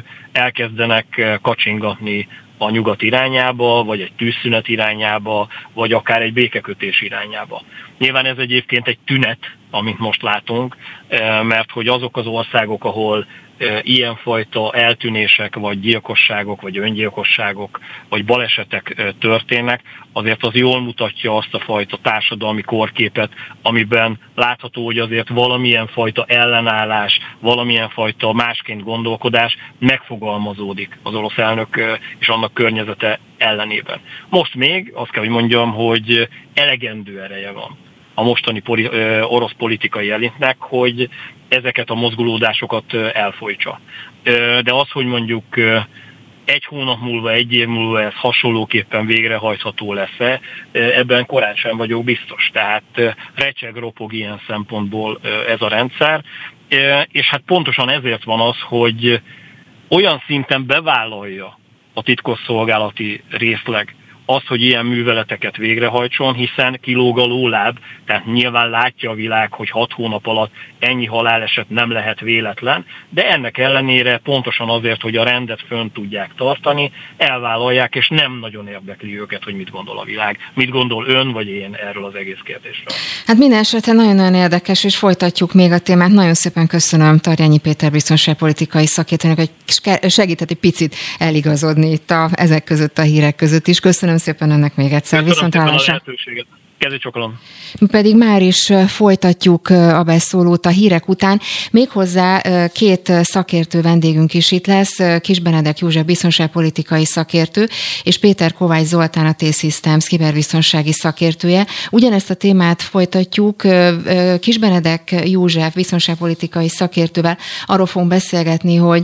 elkezdenek kacsingatni a nyugat irányába, vagy egy tűzszünet irányába, vagy akár egy békekötés irányába. Nyilván ez egyébként egy tünet, amit most látunk, mert hogy azok az országok, ahol ilyenfajta eltűnések, vagy gyilkosságok, vagy öngyilkosságok, vagy balesetek történnek, azért az jól mutatja azt a fajta társadalmi korképet, amiben látható, hogy azért valamilyen fajta ellenállás, valamilyen fajta másként gondolkodás megfogalmazódik az orosz elnök és annak környezete ellenében. Most még azt kell, hogy mondjam, hogy elegendő ereje van a mostani poli, ö, orosz politikai elitnek, hogy ezeket a mozgolódásokat ö, elfolytsa. Ö, de az, hogy mondjuk ö, egy hónap múlva, egy év múlva ez hasonlóképpen végrehajtható lesz-e, ebben korán sem vagyok biztos. Tehát ö, recseg, ropog ilyen szempontból ö, ez a rendszer, ö, és hát pontosan ezért van az, hogy olyan szinten bevállalja a titkosszolgálati részleg az, hogy ilyen műveleteket végrehajtson, hiszen kilóg a lóláb, tehát nyilván látja a világ, hogy hat hónap alatt ennyi haláleset nem lehet véletlen, de ennek ellenére pontosan azért, hogy a rendet fönn tudják tartani, elvállalják, és nem nagyon érdekli őket, hogy mit gondol a világ, mit gondol ön vagy én erről az egész kérdésről. Hát minden esetre nagyon-nagyon érdekes, és folytatjuk még a témát. Nagyon szépen köszönöm Tarjányi Péter biztonságpolitikai szakértőnek, hogy segített egy picit eligazodni itt a, ezek között a hírek között is. Köszönöm szépen önnek még egyszer. Viszontlátásra. Kezicsokolom. Mi pedig már is folytatjuk a beszólót a hírek után. Méghozzá két szakértő vendégünk is itt lesz. Kis Benedek József biztonságpolitikai szakértő, és Péter Kovács Zoltán, a T-Systems kiberbiztonsági szakértője. Ugyanezt a témát folytatjuk. Kis Benedek József biztonságpolitikai szakértővel arról fogunk beszélgetni, hogy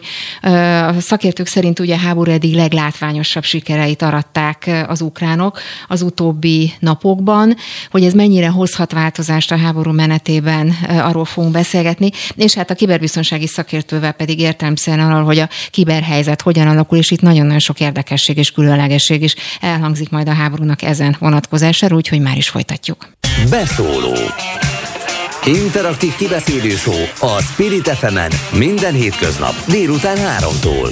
a szakértők szerint ugye a háború eddig leglátványosabb sikereit aratták az ukránok az utóbbi napokban, hogy ez mennyire hozhat változást a háború menetében, arról fogunk beszélgetni, és hát a kiberbiztonsági szakértővel pedig értelemszerűen arról, hogy a kiberhelyzet hogyan alakul, és itt nagyon-nagyon sok érdekesség és különlegesség is elhangzik majd a háborúnak ezen vonatkozására, úgyhogy már is folytatjuk. Beszóló. Interaktív kibeszélő show a Spirit ef emen minden hétköznap délután háromtól.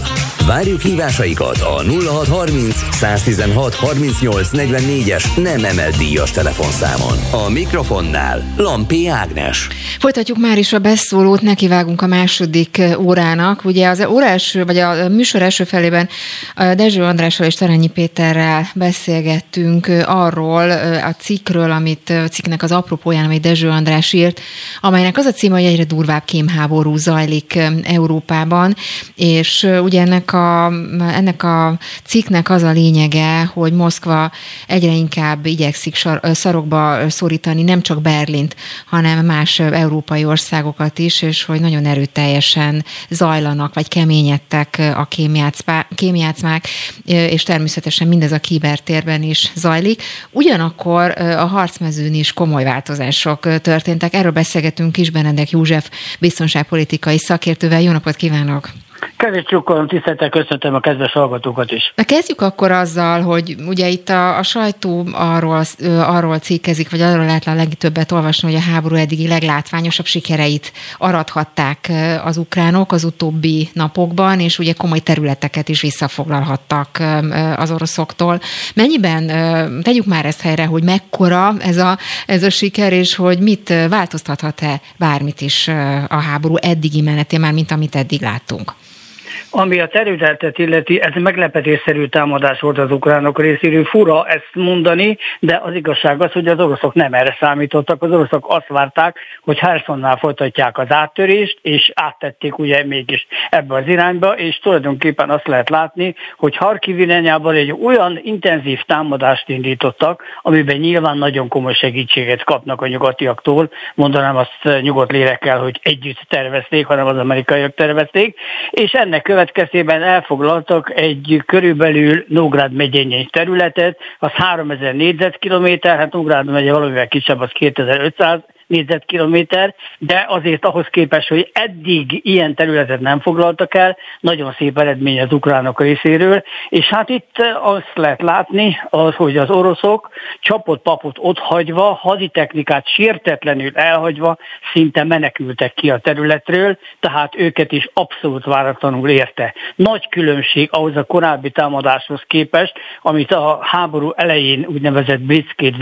Várjuk hívásaikat a nulla hat harminc száztizenhat harmincnyolc negyvennégyes nem emelt díjas telefonszámon. A mikrofonnál Lampi Ágnes. Folytatjuk már is a beszólót, nekivágunk a második órának. Ugye az óra első, vagy a műsor első felében Dezső Andrással és Tarányi Péterrel beszélgettünk arról a cikkről, amit a cikknek az apropóján, amit Dezső András írt, amelynek az a címe, hogy egyre durvább kémháború zajlik Európában, és ugye ennek a, ennek a cikknek az a lényege, hogy Moszkva egyre inkább igyekszik szarokba szorítani nem csak Berlint, hanem más európai országokat is, és hogy nagyon erőteljesen zajlanak, vagy keményedtek a kémjátszmák, és természetesen mindez a kibertérben is zajlik. Ugyanakkor a harcmezőn is komoly változások történtek. Erről beszélgetünk Kis Benedek József biztonságpolitikai szakértővel. Jó napot kívánok! Kedves csukkolom, tisztelettel köszöntöm a kedves hallgatókat is. Na, kezdjük akkor azzal, hogy ugye itt a, a sajtó arról, arról cikkezik, vagy arról lehet a legtöbbet olvasni, hogy a háború eddigi leglátványosabb sikereit arathatták az ukránok az utóbbi napokban, és ugye komoly területeket is visszafoglalhattak az oroszoktól. Mennyiben, tegyük már ezt helyre, hogy mekkora ez a, ez a siker, és hogy mit változtathat-e bármit is a háború eddigi menetén, már mint amit eddig láttunk? Ami a területet illeti, ez meglepetésszerű támadás volt az ukránok részéről. Fura ezt mondani, de az igazság az, hogy az oroszok nem erre számítottak. Az oroszok azt várták, hogy Hersonnál folytatják az áttörést, és áttették ugye mégis ebbe az irányba, és tulajdonképpen azt lehet látni, hogy Harkiv irányában egy olyan intenzív támadást indítottak, amiben nyilván nagyon komoly segítséget kapnak a nyugatiaktól. Mondanám azt nyugodt lélekkel, hogy együtt tervezték, hanem az amerikaiak tervezték, és ennek következtében elfoglaltak egy körülbelül Nógrád megyényi területet, az háromezer négyzetkilométer, hát Nógrád megye valamivel kisebb, az kétezer-ötszáz négyzetkilométer, de azért ahhoz képest, hogy eddig ilyen területet nem foglaltak el, nagyon szép eredmény az ukránok részéről, és hát itt azt lehet látni, az, hogy az oroszok csapott papot otthagyva, haditechnikát sértetlenül elhagyva szinte menekültek ki a területről, tehát őket is abszolút váratlanul érte. Nagy különbség ahhoz a korábbi támadáshoz képest, amit a háború elején úgynevezett Blitzkrieg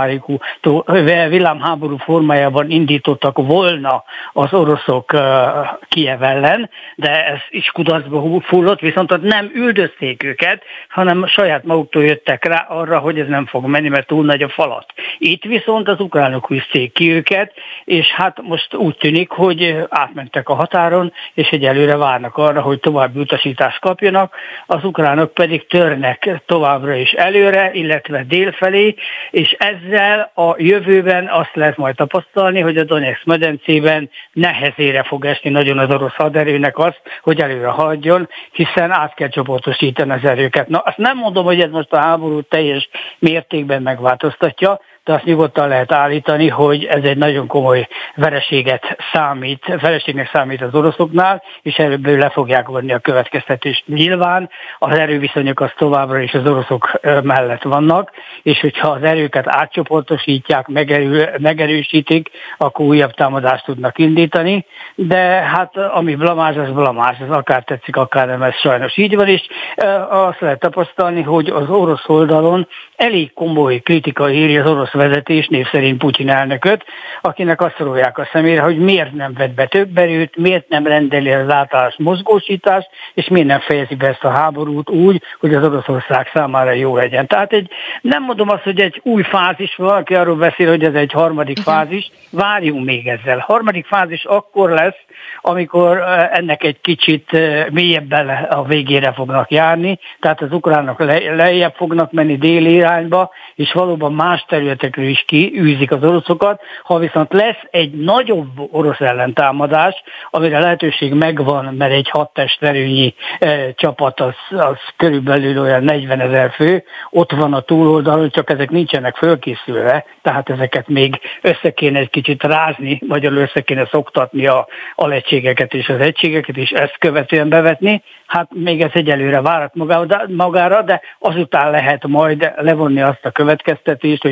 villámháború formájában indítottak volna az oroszok uh, Kijev ellen, de ez is kudarcba fullott, viszont nem üldözték őket, hanem saját maguktól jöttek rá arra, hogy ez nem fog menni, mert túl nagy a falat. Itt viszont az ukránok visszék ki őket, és hát most úgy tűnik, hogy átmentek a határon, és egyelőre várnak arra, hogy további utasítást kapjanak, az ukránok pedig törnek továbbra is előre, illetve délfelé, és ezzel a jövőben azt lehet majd tapasztalni, hogy a Donetsz medencében nehezére fog esni nagyon az orosz haderőnek azt, hogy előre haladjon, hiszen át kell csoportosítani az erőket. Na, azt nem mondom, hogy ez most a háborút teljes mértékben megváltoztatja, de azt nyugodtan lehet állítani, hogy ez egy nagyon komoly vereséget számít, vereségnek számít az oroszoknál, és ebből le fogják vonni a következtetést. Nyilván az erőviszonyok az továbbra is az oroszok mellett vannak, és hogyha az erőket átcsoportosítják, megerő, megerősítik, akkor újabb támadást tudnak indítani, de hát ami blamás, az blamás, az akár tetszik, akár nem, ez sajnos így van, és azt lehet tapasztalni, hogy az orosz oldalon elég komoly kritika éri az orosz vezetés, név szerint Putyin elnököt, akinek azt szorolják a szemére, hogy miért nem vett be több erőt, miért nem rendeli az általános mozgósítást, és miért nem fejezi be ezt a háborút úgy, hogy az Oroszország számára jó legyen. Tehát egy, nem mondom azt, hogy egy új fázis, valaki arról beszél, hogy ez egy harmadik fázis, várjunk még ezzel. Harmadik fázis akkor lesz, amikor ennek egy kicsit mélyebben a végére fognak járni, tehát az ukránok lejjebb fognak menni déli irányba, és valóban más területekről is kiűzik az oroszokat. Ha viszont lesz egy nagyobb orosz ellentámadás, amire lehetőség megvan, mert egy hat testerőnyi e, csapat az, az körülbelül olyan negyvenezer fő, ott van a túloldalon, csak ezek nincsenek fölkészülve, tehát ezeket még össze kéne egy kicsit rázni, magyarul össze kéne szoktatni a, a egységeket és az egységeket, és ezt követően bevetni. Hát még ez egyelőre várat magára, de azután lehet majd levonni azt a következtetést, hogy mit tett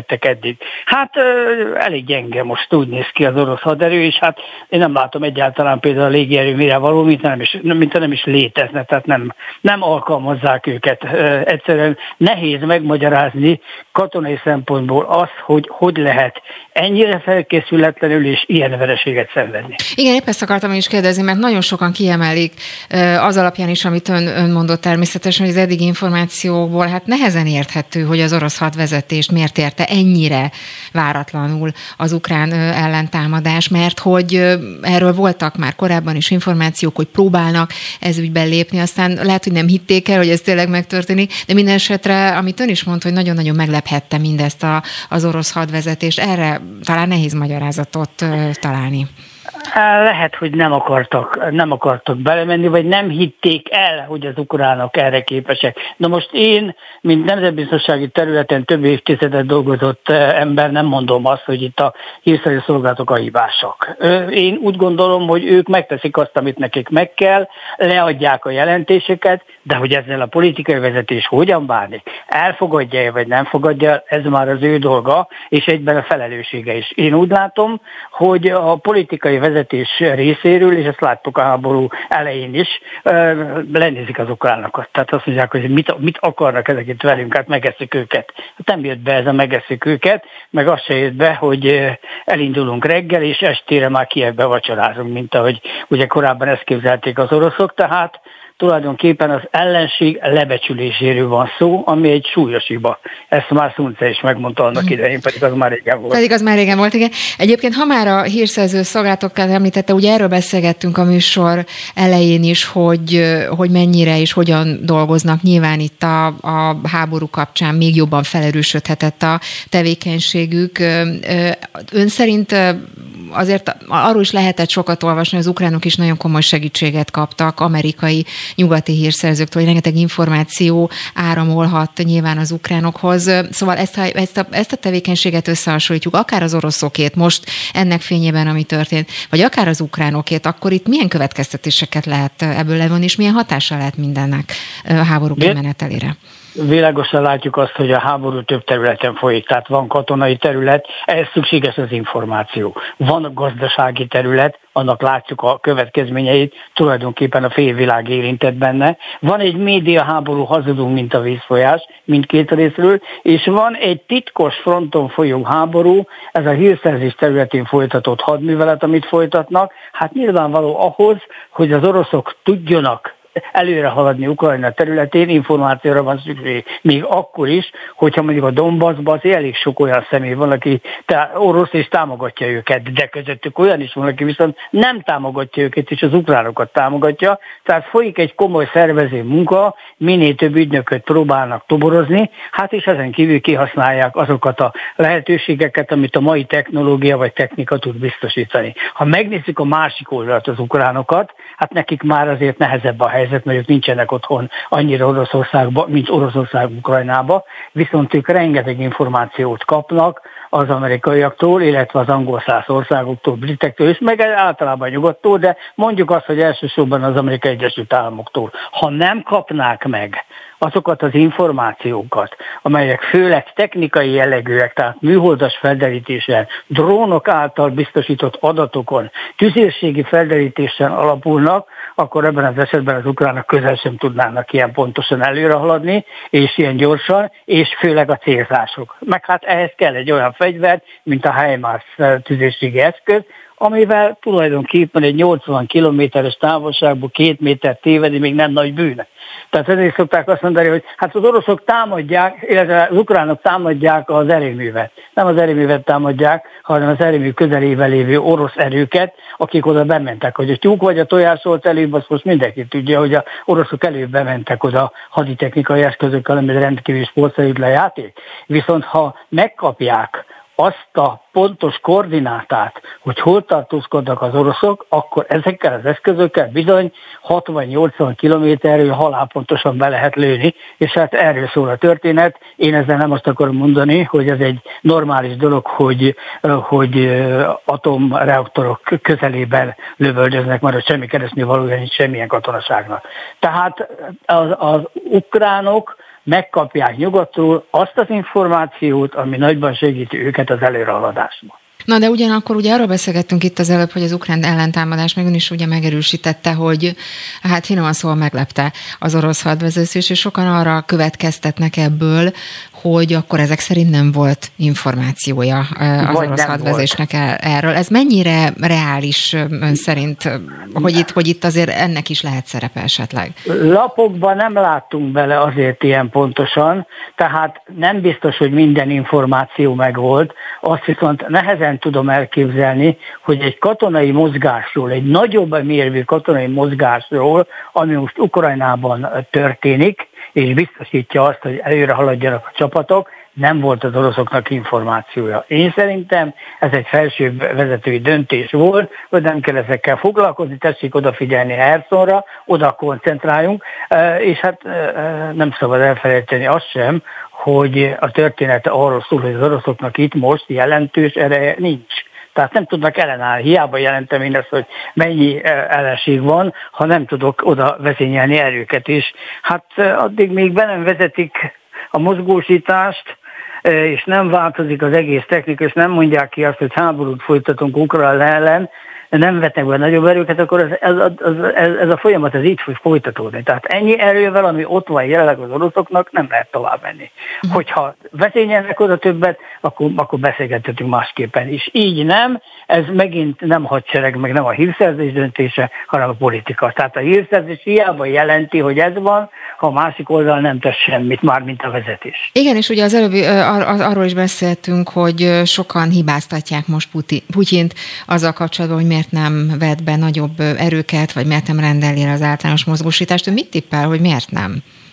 tettek eddig. Hát elég gyenge most úgy néz ki az orosz haderő, és hát én nem látom egyáltalán például a légierő mire való, mint nem is, mint nem is létezne, tehát nem, nem alkalmazzák őket. Egyszerűen nehéz megmagyarázni katonai szempontból azt, hogy hogy lehet ennyire felkészületlenül és ilyen vereséget szenvedni. Igen, épp ezt akartam is kérdezni, mert nagyon sokan kiemelik az alapján is, amit ön, ön mondott természetesen, hogy az eddigi információkból hát nehezen érthető, hogy az orosz hadvezetést miért érte ennyire váratlanul az ukrán ellentámadás, mert hogy erről voltak már korábban is információk, hogy próbálnak ez ügyben lépni, aztán lehet, hogy nem hitték el, hogy ez tényleg megtörténik, de minden esetre, amit ön is mondta, hogy nagyon-nagyon meglephette mindezt a, az orosz hadvezetést, erre talán nehéz magyarázatot találni. Lehet, hogy nem akartak, nem akartak belemenni, vagy nem hitték el, hogy az ukránok erre képesek. Na most én, mint nemzetbiztonsági területen több évtizedet dolgozott ember, nem mondom azt, hogy itt a hírszerző szolgálatok a hibásak. Én úgy gondolom, hogy ők megteszik azt, amit nekik meg kell, leadják a jelentéseket, de hogy ezzel a politikai vezetés hogyan bánik, elfogadja-e vagy nem fogadja, ez már az ő dolga, és egyben a felelőssége is. Én úgy látom, hogy a politikai vezetés részéről, és ezt láttuk a háború elején is, lenézik az ukránokat. Tehát azt mondják, hogy mit, mit akarnak ezek itt velünk, hát megesszük őket. Hát nem jött be ez a megesszük őket, meg azt se jött be, hogy elindulunk reggel, és estére már Kijevbe vacsorázunk, mint ahogy ugye korábban ezt képzelték az oroszok, tehát tulajdonképpen az ellenség lebecsüléséről van szó, ami egy súlyos hiba. Ezt már Szunce is megmondta annak idején, pedig az már régen volt. Pedig az már régen volt, igen. Egyébként, ha már a hírszerző szolgálatokat említette, ugye erről beszélgettünk a műsor elején is, hogy, hogy mennyire és hogyan dolgoznak. Nyilván itt a, a háború kapcsán még jobban felerősödhetett a tevékenységük. Ön szerint azért arról is lehetett sokat olvasni, hogy az ukránok is nagyon komoly segítséget kaptak amerikai, nyugati hírszerzőktől, hogy rengeteg információ áramolhat nyilván az ukránokhoz. Szóval ezt a, ezt, a, ezt a tevékenységet összehasonlítjuk, akár az oroszokét most ennek fényében, ami történt, vagy akár az ukránokét, akkor itt milyen következtetéseket lehet ebből levonni, és milyen hatása lehet mindennek a háború kimenetelére? Világosan látjuk azt, hogy a háború több területen folyik, tehát van katonai terület, ehhez szükséges az információ. Van a gazdasági terület, annak látjuk a következményeit, tulajdonképpen a félvilág érintett benne. Van egy médiaháború, hazudunk, mint a vízfolyás, mindkét részről, és van egy titkos fronton folyó háború, ez a hírszerzés területén folytatott hadművelet, amit folytatnak. Hát nyilvánvaló ahhoz, hogy az oroszok tudjanak előre haladni Ukrajna területén, információra van szükség. Még akkor is, hogyha mondjuk a Donbassban azért elég sok olyan személy van, aki orosz és támogatja őket, de közöttük olyan is van, aki viszont nem támogatja őket, és az ukránokat támogatja. Tehát folyik egy komoly szervező munka, minél több ügynököt próbálnak toborozni, hát és ezen kívül kihasználják azokat a lehetőségeket, amit a mai technológia vagy technika tud biztosítani. Ha megnézzük a másik oldalt, az ukránokat, hát nekik már azért nehezebb a helyzet, mert ők nincsenek otthon annyira Oroszországban, mint Oroszország Ukrajnába, viszont ők rengeteg információt kapnak az amerikaiaktól, illetve az angolszász országoktól, britektől, és meg általában nyugodtól, de mondjuk azt, hogy elsősorban az Amerikai Egyesült Államoktól. Ha nem kapnák meg azokat az információkat, amelyek főleg technikai jellegűek, tehát műholdas felderítésen, drónok által biztosított adatokon, tüzérségi felderítésen alapulnak, akkor ebben az esetben az ukránok közel sem tudnának ilyen pontosan előre haladni, és ilyen gyorsan, és főleg a célzások. Meg hát ehhez kell egy olyan fegyver, mint a HIMARS tüzérségi eszköz, amivel tulajdonképpen egy nyolcvan kilométeres távolságból két méter tévedni még nem nagy bűn. Tehát ezért szokták azt mondani, hogy hát az oroszok támadják, illetve az ukránok támadják az erőművet. Nem az erőművet támadják, hanem az erőmű közelében lévő orosz erőket, akik oda bementek. Hogy a tyúk vagy a tojás volt előbb, azt most mindenki tudja, hogy az oroszok előbb bementek oda haditechnikai eszközökkel, ami rendkívül sportszerűtlen játék. Viszont ha megkapják azt a pontos koordinátát, hogy hol tartózkodnak az oroszok, akkor ezekkel az eszközökkel bizony hatvan-nyolcvan kilométerről halálpontosan be lehet lőni, és hát erről szól a történet. Én ezzel nem azt akarom mondani, hogy ez egy normális dolog, hogy, hogy atomreaktorok közelében lövöldöznek, mert semmi keresni valójában nincs semmilyen katonaságnak. Tehát az, az ukránok megkapják nyugatról azt az információt, ami nagyban segíti őket az előrehaladásban. Na de ugyanakkor ugye arról beszélgettünk itt az előbb, hogy az ukrán ellentámadás még ön is ugye megerősítette, hogy hát finoman szóval meglepte az orosz hadvezetés, és sokan arra következtetnek ebből, hogy akkor ezek szerint nem volt információja az Vagy orosz hadvezetésnek erről. Ez mennyire reális ön szerint, hogy itt, hogy itt azért ennek is lehet szerepe esetleg? Lapokban nem láttunk bele azért ilyen pontosan, tehát nem biztos, hogy minden információ megvolt, azt viszont nehezen tudom elképzelni, hogy egy katonai mozgásról, egy nagyobb mérvű katonai mozgásról, ami most Ukrajnában történik, és biztosítja azt, hogy előre haladjanak a csapatok, nem volt az oroszoknak információja. Én szerintem ez egy felsőbb vezetői döntés volt, hogy nem kell ezekkel foglalkozni, tessék odafigyelni Hersonra, oda koncentráljunk, és hát nem szabad elfelejteni azt sem, hogy a történet arról szól, hogy az oroszoknak itt most jelentős ereje nincs. Tehát nem tudnak ellenállni. Hiába jelentem én ezt, hogy mennyi ellenség van, ha nem tudok oda vezényelni erőket is. Hát addig még be nem vezetik a mozgósítást, és nem változik az egész technika, és nem mondják ki azt, hogy háborút folytatunk Ukrajna ellen, nem vetnek be nagyobb erőket, akkor ez, ez, ez, ez a folyamat ez így fog folytatódni. Tehát ennyi erővel, ami ott van jelenleg az oroszoknak, nem lehet tovább menni. Hogyha vezényelnek oda többet, akkor, akkor beszélgethetünk másképpen is. Így nem, ez megint nem hadsereg, meg nem a hírszerzés döntése, hanem a politika. Tehát a hírszerzés hiába jelenti, hogy ez van, ha a másik oldal nem tesz semmit, már mint a vezetés. Igen, és ugye az előbb ar- arról is beszéltünk, hogy sokan hibáztatják most Putyint azzal kapcsolatban, hogy miért nem vett be nagyobb erőket, vagy miért nem rendeli az általános mozgósítást. Ő mit tippel, hogy miért nem?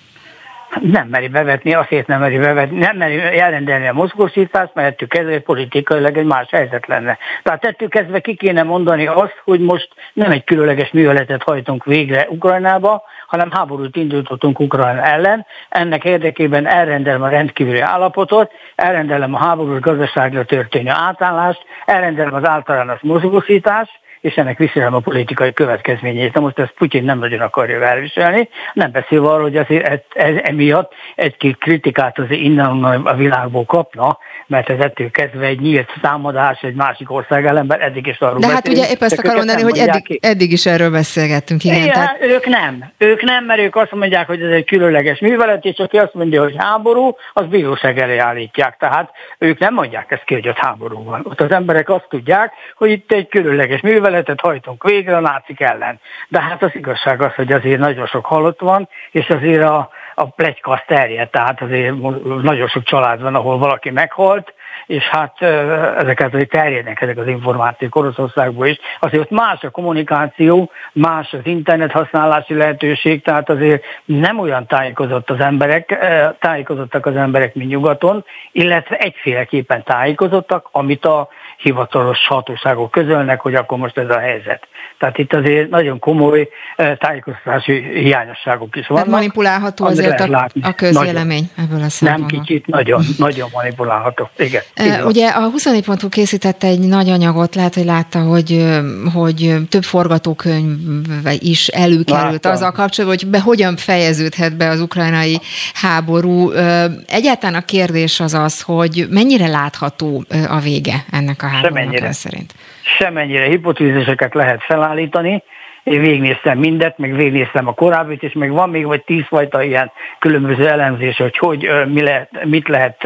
Nem meri bevetni, azért nem meri bevetni, nem meri elrendelni a mozgósítást, mert ettől kezdve politikailag egy más helyzet lenne. Tehát ettől kezdve ki kéne mondani azt, hogy most nem egy különleges műveletet hajtunk végre Ukrajnába, hanem háborút indítottunk Ukrajna ellen. Ennek érdekében elrendelem a rendkívüli állapotot, elrendelem a háborús gazdaságra történő átállást, elrendelem az általános mozgósítást, és ennek viselem a politikai következményét. Na most ezt Putyin nem nagyon akarja elviselni, nem beszélve arról, hogy azért ez, ez, emiatt egy-két kritikát azért innen a világból kapna, mert ez ettől kezdve egy nyílt támadás egy másik ország ellenben, eddig is arról De hát ugye épp ezt akarom mondani, hogy eddig, eddig is erről beszélgettünk. Igen, igen, tehát... Ők nem. Ők nem, mert ők azt mondják, hogy ez egy különleges művelet, és aki azt mondja, hogy háború, az bíróság elé állítják. Tehát ők nem mondják ezt ki, hogy ott háború van. Ott az emberek azt tudják, hogy itt egy különleges műveletet hajtunk végre a nácik ellen. De hát az igazság az, hogy azért nagyon sok halott van, és azért a, a pletyka az terjed, tehát azért nagyon sok család van, ahol valaki meghalt, és hát ezeket azért terjednek ezek az információk Oroszországból is. Azért ott más a kommunikáció, más az internet használási lehetőség, tehát azért nem olyan tájékozott az emberek, tájékozottak az emberek, mint nyugaton, illetve egyféleképpen tájékozottak, amit a hivatalos hatóságok közölnek, hogy akkor most ez a helyzet. Tehát itt azért nagyon komoly tájékoztatási hiányosságok is vannak. Tehát manipulálható azért a, a közvélemény nagyon. Ebből a szempontból. Nem kicsit, nagyon, nagyon manipulálható. Igen. Uh, ugye a huszonnégy pont hu készítette egy nagy anyagot, lehet, hogy látta, hogy, hogy több forgatókönyv is előkerült Láttam. azzal kapcsolatban, hogy be hogyan fejeződhet be az ukrajnai háború. Egyáltalán a kérdés az az, hogy mennyire látható a vége ennek a háborúnak ön szerint? Semennyire hipotéziseket lehet felállítani. Én végignéztem mindet, meg végignéztem a korábbit, és meg van még vagy tízfajta ilyen különböző elemzés, hogy, hogy mi lehet, mit lehet,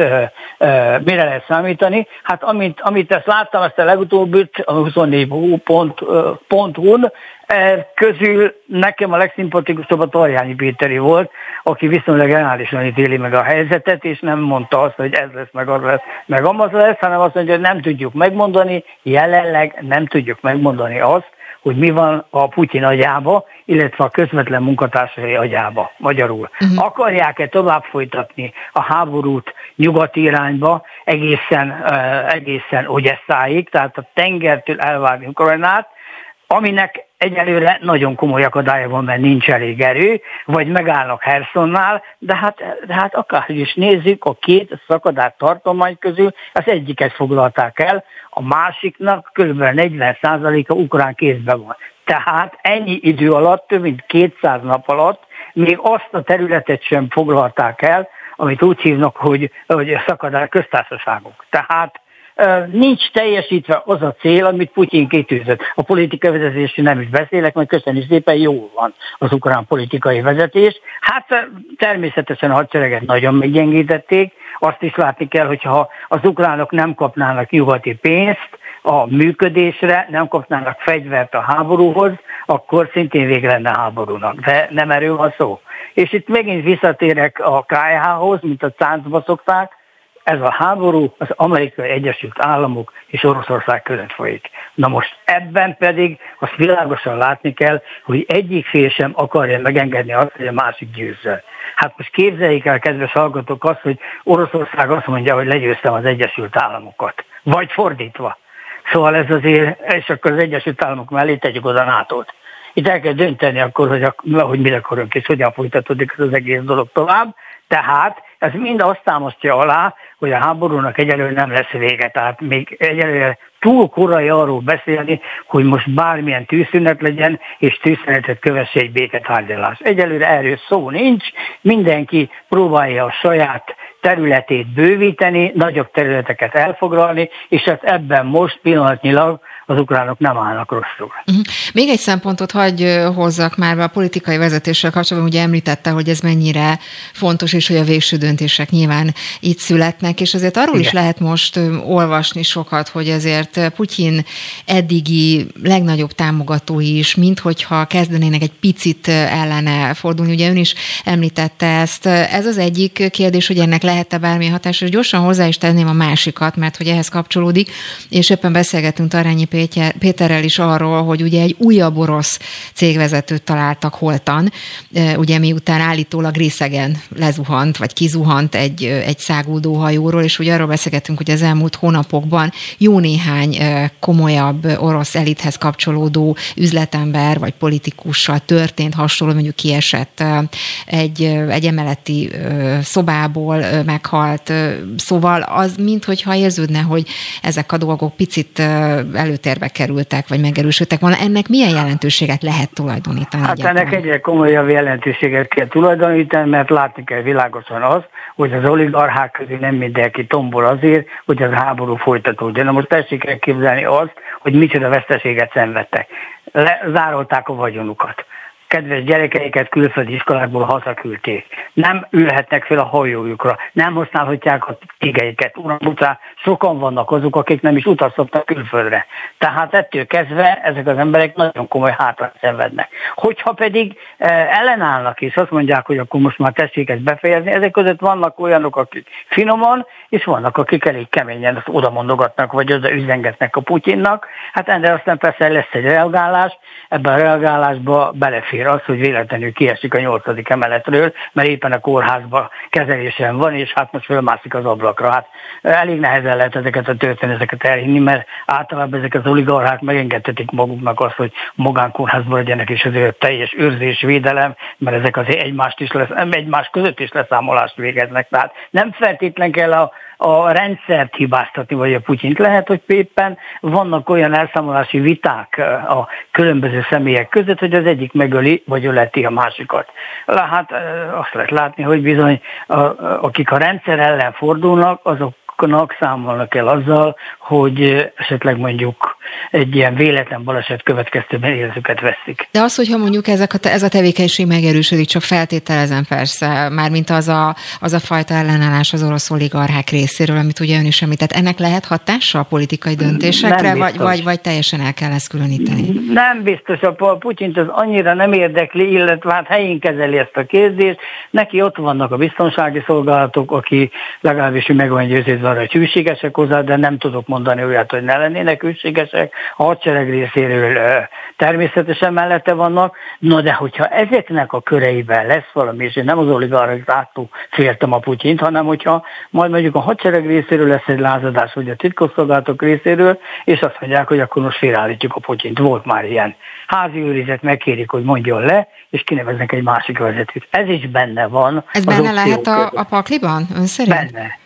mire lehet számítani. Hát amit, amit ezt láttam, ezt a legutóbbit, a huszonnégy pont hu-n, közül nekem a legszimpatikusabb a Tarjányi Péteri volt, aki viszonylag reálisan ítéli meg a helyzetet, és nem mondta azt, hogy ez lesz, meg az lesz, meg amaz lesz, hanem azt mondja, hogy nem tudjuk megmondani, jelenleg nem tudjuk megmondani azt, hogy mi van a Putyin agyába, illetve a közvetlen munkatársai agyába, magyarul. Uh-huh. Akarják-e tovább folytatni a háborút nyugati irányba egészen, uh, egészen Ogyesszáig, tehát a tengertől elvárni Ukrajnát, aminek egyelőre nagyon komoly akadálya van, mert nincs elég erő, vagy megállnak Hersonnál, de hát, de hát akárhogy is nézzük, a két szakadár tartomány közül az egyiket foglalták el, a másiknak kb. negyven százaléka ukrán kézben van. Tehát ennyi idő alatt, több mint kétszáz nap alatt még azt a területet sem foglalták el, amit úgy hívnak, hogy, hogy szakadár köztársaságok. Tehát nincs teljesítve az a cél, amit Putyin kitűzött. A politikai vezetésről nem is beszélek, mert köszönjük szépen, jól van az ukrán politikai vezetés. Hát természetesen a hadsereget nagyon meggyengítették. Azt is látni kell, hogyha az ukránok nem kapnának nyugati pénzt a működésre, nem kapnának fegyvert a háborúhoz, akkor szintén vége lenne a háborúnak. De nem erről van szó. És itt megint visszatérek a ká há-hoz, mint a cáncba szokták. Ez a háború az Amerikai Egyesült Államok és Oroszország között folyik. Na most ebben pedig azt világosan látni kell, hogy egyik fél sem akarja megengedni azt, hogy a másik győzze. Hát most képzeljék el, kedves hallgatók, azt, hogy Oroszország azt mondja, hogy legyőztem az Egyesült Államokat. Vagy fordítva. Szóval ez azért, és akkor az Egyesült Államok mellé tegyük oda nátót. Itt el kell dönteni akkor, hogy, hogy mit akarunk, és hogyan folytatódik ez az egész dolog tovább. Tehát ez mind azt támasztja alá, hogy a háborúnak egyelőre nem lesz vége. Tehát még egyelőre túl korai arról beszélni, hogy most bármilyen tűzszünet legyen, és tűzszünetet kövesse egy béketárgyalás. Egyelőre erről szó nincs, mindenki próbálja a saját területét bővíteni, nagyobb területeket elfoglalni, és hát ebben most pillanatnyilag az ukránok nem állnak rosszul. Uh-huh. Még egy szempontot hagyj hozzak már a politikai vezetéssel kapcsolatban, ugye említette, hogy ez mennyire fontos, és hogy a végső döntések nyilván itt születnek, és azért arról Igen. is lehet most olvasni sokat, hogy azért Putyin eddigi legnagyobb támogatói is, minthogyha kezdenének egy picit ellene fordulni, ugye ön is említette ezt. Ez az egyik kérdés, hogy ennek lehet-e bármilyen hatás, és gyorsan hozzá is tenném a másikat, mert hogy ehhez kapcsolódik, és éppen beszélgettünk Tarányi Péterrel is arról, hogy ugye egy újabb orosz cégvezetőt találtak holtan, ugye miután állítólag részegen lezuhant, vagy kizuhant egy, egy száguldó hajóról, és ugye arról beszélgettünk, hogy az elmúlt hónapokban jó néhány komolyabb orosz elithez kapcsolódó üzletember, vagy politikussal történt hasonló, mondjuk kiesett egy, egy emeleti szobából, meghalt, szóval az minthogyha érződne, hogy ezek a dolgok picit előtérbe kerültek, vagy megerősödtek volna. Ennek milyen jelentőséget lehet tulajdonítani? Hát egyáltalán? Ennek egyre komolyabb jelentőséget kell tulajdonítani, mert látni kell világosan az, hogy az oligarchák közül nem mindenki tombol azért, hogy az háború folytatódjon. Na most tessék elképzelni azt, hogy micsoda veszteséget szenvedtek. Zárolták a vagyonukat. Kedves gyerekeiket külföldi iskolákból hazaküldték. Nem ülhetnek fel a hajójukra, nem használhatják a cégeiket. Uram, után sokan vannak azok, akik nem is utazhatnak külföldre. Tehát ettől kezdve ezek az emberek nagyon komoly hátrányt szenvednek. Hogyha pedig eh, ellenállnak és azt mondják, hogy akkor most már tessék ezt befejezni, ezek között vannak olyanok, akik finoman, és vannak, akik elég keményen azt oda mondogatnak, vagy oda üzengetnek a Putyinnak. Hát ennek aztán persze lesz egy reagálás, ebben a reagálásba belefér az, hogy véletlenül kiesik a nyolcadik emeletről, mert éppen a kórházban kezelésen van, és hát most fölmászik az ablakra. Hát elég nehezen lehet ezeket a történeteket elhinni, mert általában ezek az oligarchák megengedhetik maguknak azt, hogy magánkórházban legyenek, és azért teljes őrzés, védelem, mert ezek azért egymást is lesz, egymás között is leszámolást végeznek. Tehát nem feltétlen kell a a rendszert hibáztatni, vagy a Putyint. Lehet, hogy éppen vannak olyan elszámolási viták a különböző személyek között, hogy az egyik megöli, vagy öleti a másikat. Hát azt lehet látni, hogy bizony akik a rendszer ellen fordulnak, azok számolnak el azzal, hogy esetleg mondjuk egy ilyen véletlen baleset következtében életüket veszik. De az, hogyha mondjuk ezek a te, ez a tevékenység megerősödik, csak feltételezem persze, mármint az a, az a fajta ellenállás az orosz oligarchák részéről, amit ugye ön is említett, ennek lehet hatása a politikai döntésekre, vagy, vagy, vagy teljesen el kell ezt különíteni? Nem biztos, a Putyint az annyira nem érdekli, illetve hát helyén kezeli ezt a kérdést, neki ott vannak a biztonsági szolgálatok, aki legalábbis meg van győződve arra, hogy hűségesek hozzá, de nem tudok mondani olyat, hogy ne lennének hűségesek. A hadsereg részéről természetesen mellette vannak, no de hogyha ezeknek a köreiben lesz valami, és én nem az oligarchától féltem a Putyint, hanem hogyha majd mondjuk a hadsereg részéről lesz egy lázadás, vagy a titkosszolgálatok részéről, és azt mondják, hogy akkor most félreállítjuk a Putyint. Volt már ilyen. Házi őrizet megkérik, hogy mondjon le, és kineveznek egy másik vezetőt. Ez is benne van. Ez benne lehet a, a pakliban, ön szerint? Benne.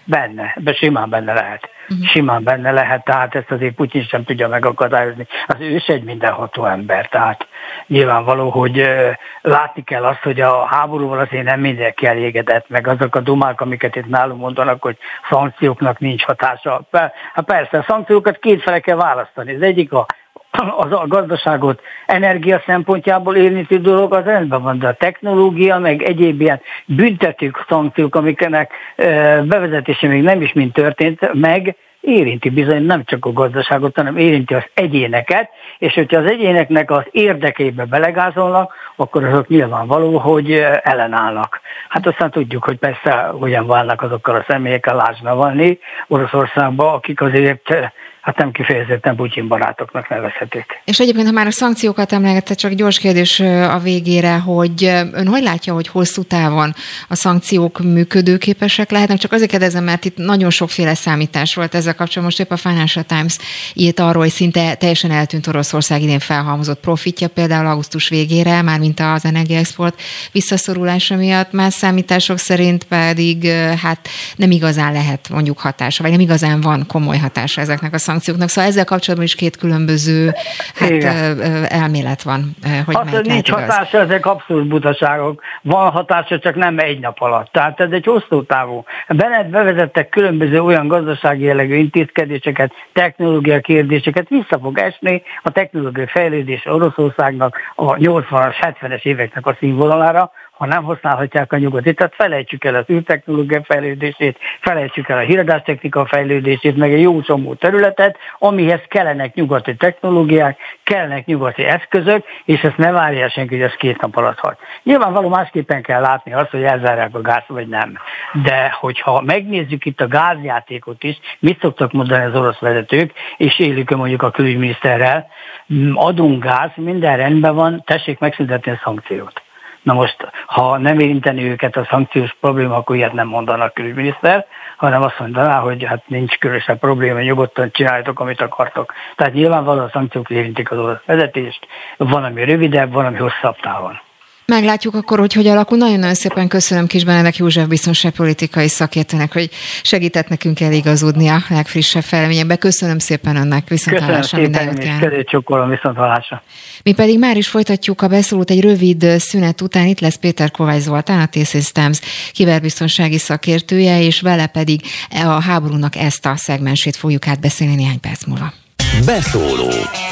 Benne, be simán benne lehet. Uh-huh. Simán benne lehet, tehát ezt azért Putyin sem tudja megakadályozni. Az ő is egy mindenható ember, tehát nyilvánvaló, hogy uh, látni kell azt, hogy a háborúval azért nem mindenki elégedett, meg azok a dumák, amiket itt nálunk mondanak, hogy szankcióknak nincs hatása. Hát persze, a szankciókat kétfele kell választani. Az egyik a Az a gazdaságot energia szempontjából érinti dolog, az rendben van, de a technológia, meg egyéb ilyen büntetők, szankciók, amiknek bevezetése még nem is mind történt, meg érinti bizony nem csak a gazdaságot, hanem érinti az egyéneket, és hogyha az egyéneknek az érdekeibe belegázolnak, akkor azok nyilvánvaló, hogy ellenállnak. Hát aztán tudjuk, hogy persze hogyan válnak azokkal a személyekkel, Lásd Navalnyi Oroszországban, akik azért hát nem kifejezetten Putyin barátoknak nevezhetik. És egyébként, ha már a szankciókat emlegette, csak gyors kérdés a végére, hogy ön hogy látja, hogy hosszú távon a szankciók működőképesek lehetnek? Csak azért kérdezem, mert itt nagyon sokféle számítás volt ezzel kapcsolatban. Most épp a Financial Times írt arról, hogy szinte teljesen eltűnt Oroszország idén felhalmozott profitja, például augusztus végére, mármint az energiaexport visszaszorulása miatt, más számítások szerint pedig hát nem igazán lehet mondjuk hatása, vagy nem igazán van komoly hatása ezeknek a szankcióknak. Szóval ezzel kapcsolatban is két különböző hát, elmélet van, hogy azt, melyik nincs lehet hatása, ezek abszolút butaságok. Van hatása, csak nem egy nap alatt. Tehát ez egy hosszú távú. Bennett bevezettek különböző olyan gazdasági jellegű intézkedéseket, technológia kérdéseket, vissza fog esni a technológiai fejlődés Oroszországnak a nyolcvanas, hetvenes éveknek a színvonalára, ha nem használhatják a nyugodit. Tehát felejtsük el az űrtechnológia fejlődését, felejtsük el a híradástechnika fejlődését, meg egy jó csomó területet, amihez kellenek nyugati technológiák, kellenek nyugati eszközök, és ezt ne várja senki, hogy ez két nap alatt hagy. Nyilvánvaló másképpen kell látni azt, hogy elzárják a gáz, vagy nem. De hogyha megnézzük itt a gázjátékot is, mit szoktak mondani az orosz vezetők, és élük mondjuk a külügyminiszterrel, adunk gáz, minden rendben van, tessék megszüntetni a szankciót. Na most, ha nem érinteni őket a szankciós probléma, akkor ilyet nem mondanak külügyminiszter, hanem azt mondaná, hogy hát nincs különösebb probléma, nyugodtan csináljátok, amit akartok. Tehát nyilvánvalóan a szankciók érintik az orosz vezetést, van, ami rövidebb, van, ami hosszabb távon. Meglátjuk akkor, hogy hogy alakul. Nagyon-nagyon szépen köszönöm Kis Benedek József biztonságpolitikai szakértőnek, hogy segített nekünk eligazodni a legfrissebb fejleményekbe. Köszönöm szépen önnek, viszont hallásra, minden jót kívánok. Köszönöm szépen, viszont hallásra. Mi pedig már is folytatjuk a beszólót egy rövid szünet után. Itt lesz Péter Kovács Zoltán, a T-Systems kiberbiztonsági szakértője, és vele pedig a háborúnak ezt a szegmensét fogjuk átbeszélni néhány perc múlva. Beszóló.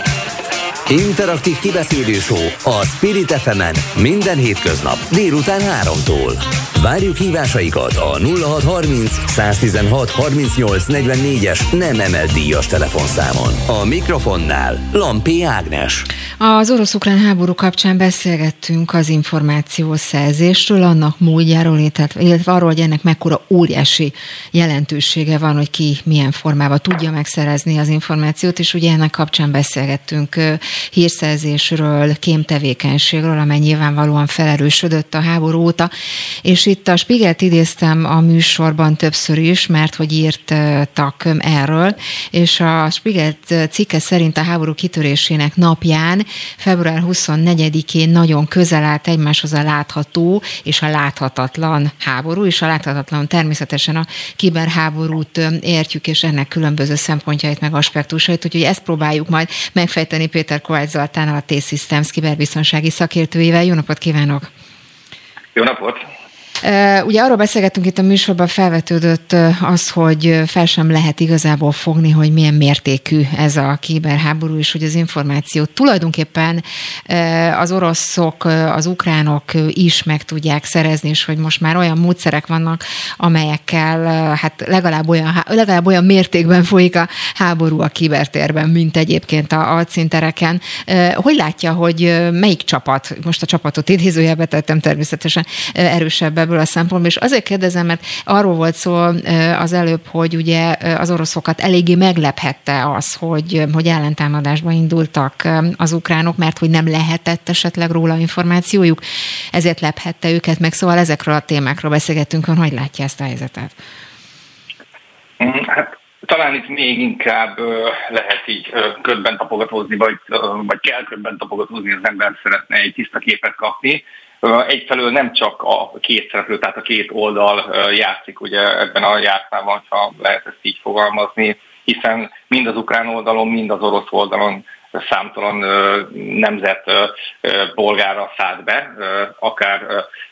Interaktív kibeszélő show a Spirit ef emen minden hétköznap délután háromtól. Várjuk hívásaikat a nulla hat harminc száztizenhat harmincnyolc negyvennégyes nem emelt díjas telefonszámon. A mikrofonnál Lampi Ágnes. Az orosz-ukrán háború kapcsán beszélgettünk az információszerzésről, annak módjáról, illetve arról, hogy ennek mekkora óriási jelentősége van, hogy ki milyen formában tudja megszerezni az információt, és ugye ennek kapcsán beszélgettünk hírszerzésről, kémtevékenységről, amely nyilvánvalóan felerősödött a háború óta, és itt a Spiegelt idéztem a műsorban többször is, mert hogy írtak erről, és a Spiegelt cikke szerint a háború kitörésének napján, február huszonnegyedikén nagyon közel állt egymáshoz a látható és a láthatatlan háború, és a láthatatlan természetesen a kiberháborút értjük, és ennek különböző szempontjait meg aspektusait, úgyhogy ezt próbáljuk majd megfejteni Péter Kovács Zoltánnal, a T-Systems kiberbiztonsági szakértőjével. Jó napot kívánok! Jó napot! Ugye arról beszélgettünk itt a műsorban, felvetődött az, hogy fel sem lehet igazából fogni, hogy milyen mértékű ez a kiberháború, és hogy az információt tulajdonképpen az oroszok, az ukránok is meg tudják szerezni, és hogy most már olyan módszerek vannak, amelyekkel hát legalább olyan, legalább olyan mértékben folyik a háború a kibertérben, mint egyébként a alcíntereken. Hogy látja, hogy melyik csapat, most a csapatot idézőjelbe tettem természetesen, erősebb ebből a szempontból, és azért kérdezem, mert arról volt szó az előbb, hogy ugye az oroszokat eléggé meglephette az, hogy, hogy ellentámadásba indultak az ukránok, mert hogy nem lehetett esetleg róla információjuk, ezért lephette őket meg, szóval ezekről a témákról beszélgettünk, hogy látja ezt a helyzetet? Hát talán itt még inkább lehet így ködben tapogatózni, vagy, vagy kell ködben tapogatózni, az ember szeretne egy tiszta képet kapni. egyfelől nem csak a két szereplő, tehát a két oldal játszik ugye ebben a játszmában, ha lehet ezt így fogalmazni, hiszen mind az ukrán oldalon, mind az orosz oldalon számtalan nemzet polgára szállt be, akár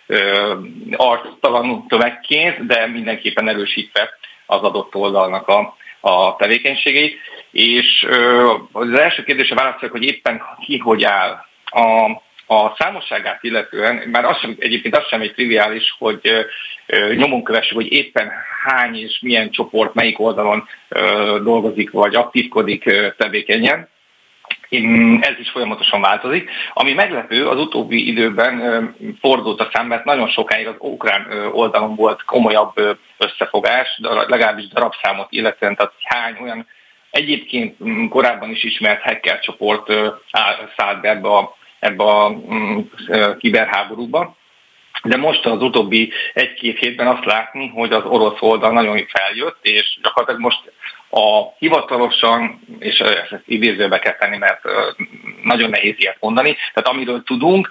arctalan tömegként, de mindenképpen erősítve az adott oldalnak a, a tevékenységeit. És az első kérdésre válaszolok, hogy éppen ki hogy áll. A, a számosságát illetően, már az sem, egyébként az sem egy triviális, hogy nyomon kövessük, hogy éppen hány és milyen csoport melyik oldalon dolgozik, vagy aktívkodik tevékenyen. Ez is folyamatosan változik. Ami meglepő, az utóbbi időben fordult a szám, mert nagyon sokáig az ukrán oldalon volt komolyabb összefogás, de legalábbis darabszámot illetően, tehát hány olyan egyébként korábban is ismert hacker csoport szállt be ebbe a, ebbe a kiberháborúba. De most az utóbbi egy-két hétben azt látni, hogy az orosz oldal nagyon feljött, és gyakorlatilag most a hivatalosan, és ezt idézőbe kell tenni, mert nagyon nehéz ilyet mondani, tehát amiről tudunk,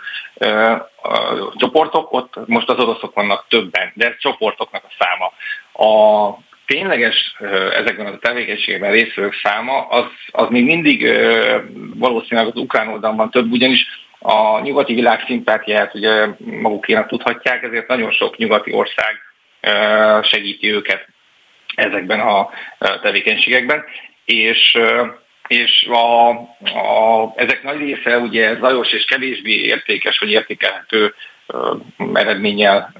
a csoportok, ott most az oroszok vannak többen, de ez csoportoknak a száma. A tényleges ezekben a tevékenységben részvevők száma, az, az még mindig valószínűleg az ukrán oldalon több, ugyanis a nyugati világ szimpátiáját ugye magukénak tudhatják, ezért nagyon sok nyugati ország segíti őket ezekben a tevékenységekben, és, és a, a, ezek nagy része ugye zajos és kevésbé értékes vagy értékelhető eredménnyel,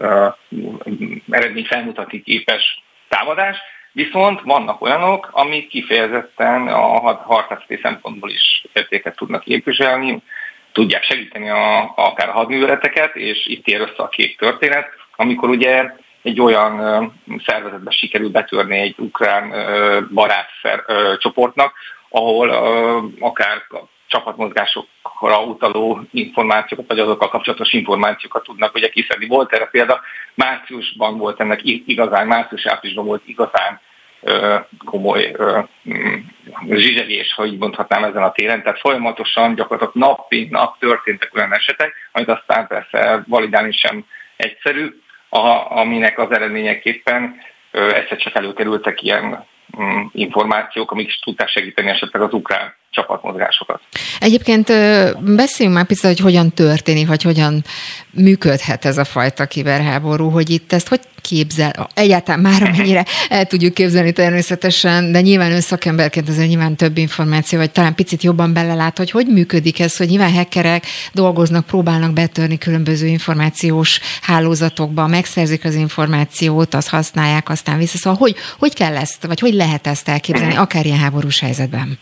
eredmény felmutatni képes támadás, viszont vannak olyanok, amik kifejezetten a harcászati szempontból is értéket tudnak képviselni, tudják segíteni a, akár a hadműveleteket, és itt ér össze a két történet, amikor ugye egy olyan szervezetbe sikerül betörni egy ukrán barát csoportnak, ahol akár csapatmozgásokra utaló információkat, vagy azokkal kapcsolatos információkat tudnak ugye kiszedni. Volt erre példa, márciusban volt ennek igazán, március-áprilisban volt igazán komoly zsizsegés, ha így mondhatnám ezen a téren, tehát folyamatosan gyakorlatilag nap mint nap történtek olyan esetek, amit aztán persze validálni sem egyszerű, a, aminek az eredményeképpen egyszer csak előkerültek ilyen um, információk, amik is tudták segíteni esetleg az ukrán csapatmozgásokat. Egyébként beszéljünk már picit, hogy hogyan történik, vagy hogyan működhet ez a fajta kiberháború, hogy itt ezt hogy képzel, egyáltalán már amennyire el tudjuk képzelni természetesen, de nyilván ön szakemberként azért nyilván több információ, vagy talán picit jobban belelát, hogy hogy működik ez, hogy nyilván hackerek dolgoznak, próbálnak betörni különböző információs hálózatokba, megszerzik az információt, azt használják, aztán vissza. Szóval hogy, hogy kell ezt, vagy hogy lehet ezt elképzelni, akár ilyen háborús helyzetben?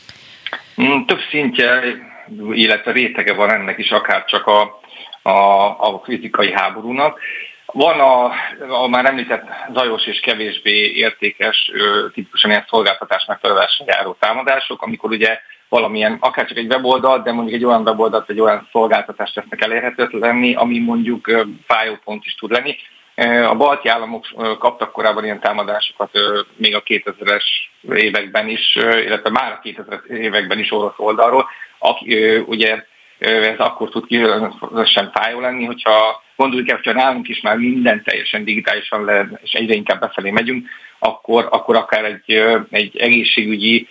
Több szintje, illetve rétege van ennek is, akár csak a, a, a fizikai háborúnak. Van a, a már említett zajos és kevésbé értékes, tipikusan ilyen szolgáltatás megfelelésre járó támadások, amikor ugye valamilyen, akár csak egy weboldalt, de mondjuk egy olyan weboldalt, egy olyan szolgáltatást tesznek elérhetetlenni, ami mondjuk fájópont is tud lenni. A balti államok kaptak korábban ilyen támadásokat még a kétezres években is, illetve már a kétezres években is orosz oldalról. Aki, ugye ez akkor tud különösen fájó lenni, hogyha gondoljuk el, hogyha nálunk is már minden teljesen digitálisan le, és egyre inkább befelé megyünk, akkor, akkor akár egy, egy egészségügyi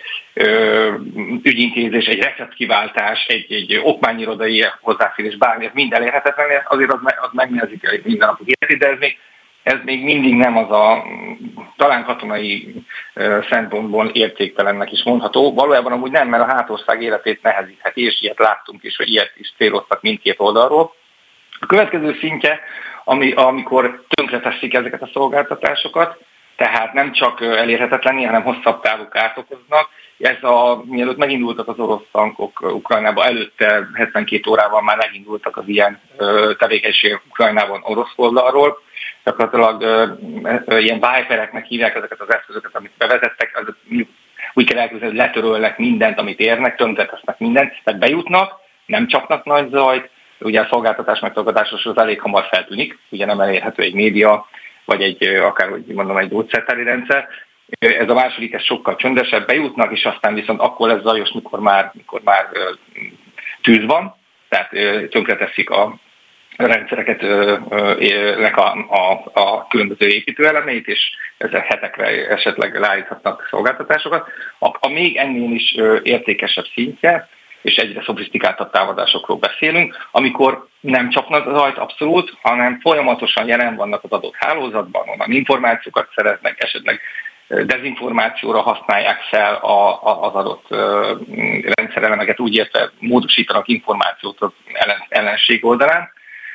ügyintézés, egy receptkiváltás, egy, egy okmányirodai hozzáférés, bármi, ez mind elérhetetlen, azért az, az megnehezíti a mindennapok életét, de ez még, ez még mindig nem az a talán katonai szempontból értéktelennek is mondható. Valójában amúgy nem, mert a hátország életét nehezítheti, és ilyet láttunk is, hogy ilyet is céloztak mindkét oldalról. A következő szintje, ami, amikor tönkreteszik ezeket a szolgáltatásokat, tehát nem csak elérhetetlenni, hanem hosszabb távú kárt okoznak. Ez a, mielőtt megindultak az orosz tankok Ukrajnába, előtte hetvenkét órával már megindultak az ilyen tevékenységek Ukrajnában orosz oldalról. Gyakorlatilag ilyen vipereknek hívják ezeket az eszközöket, amit bevezettek, az, úgy kell elképzelni, hogy letörölnek mindent, amit érnek, tönkretesznek mindent, tehát bejutnak, nem csapnak nagy zajt, ugye a szolgáltatás megszolgáltatás az elég hamar feltűnik, ugye nem elérhető egy média, vagy egy, akár, hogy mondom, egy gyógyszertári rendszer. Ez a második, ez sokkal csöndesebb, bejutnak, és aztán viszont akkor lesz zajos, mikor már, mikor már tűz van, tehát tönkreteszik a rendszereket, nek a, a, a különböző építőelemeit, és ezzel hetekre esetleg leállíthatnak szolgáltatásokat. A, a még ennél is értékesebb szintje, és egyre szofisztikáltabb támadásokról beszélünk, amikor nem csapnak az ajt abszolút, hanem folyamatosan jelen vannak az adott hálózatban, onnan információkat szereznek, esetleg dezinformációra használják fel a, a, az adott rendszerelemeket, úgy érte módosítanak információt az ellen, ellenség oldalán,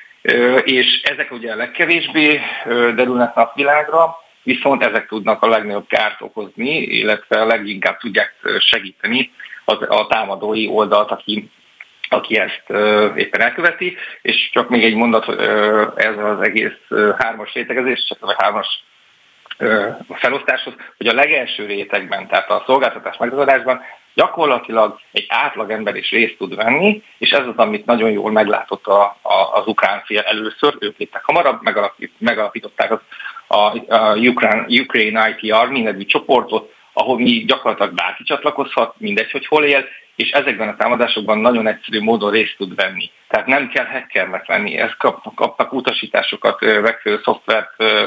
és ezek ugye a legkevésbé derülnek napvilágra, viszont ezek tudnak a legnagyobb kárt okozni, illetve leginkább tudják segíteni az, a támadói oldalt, aki, aki ezt éppen elköveti, és csak még egy mondat, ez az egész hármas rétegezés, csak a hármas felosztáshoz, hogy a legelső rétegben, tehát a szolgáltatás megadásban gyakorlatilag egy átlagember is részt tud venni, és ez az, amit nagyon jól meglátott a, a, az ukrán fél először, ők léptek hamarabb, megalapít, megalapították az, a, a Ukraine, Ukraine i té Army nevű csoportot, ahol mi gyakorlatilag bárki csatlakozhat, mindegy, hogy hol él, és ezekben a támadásokban nagyon egyszerű módon részt tud venni. Tehát nem kell hackernek lenni, ezt kapnak, kapnak utasításokat, megfelelő szoftvert,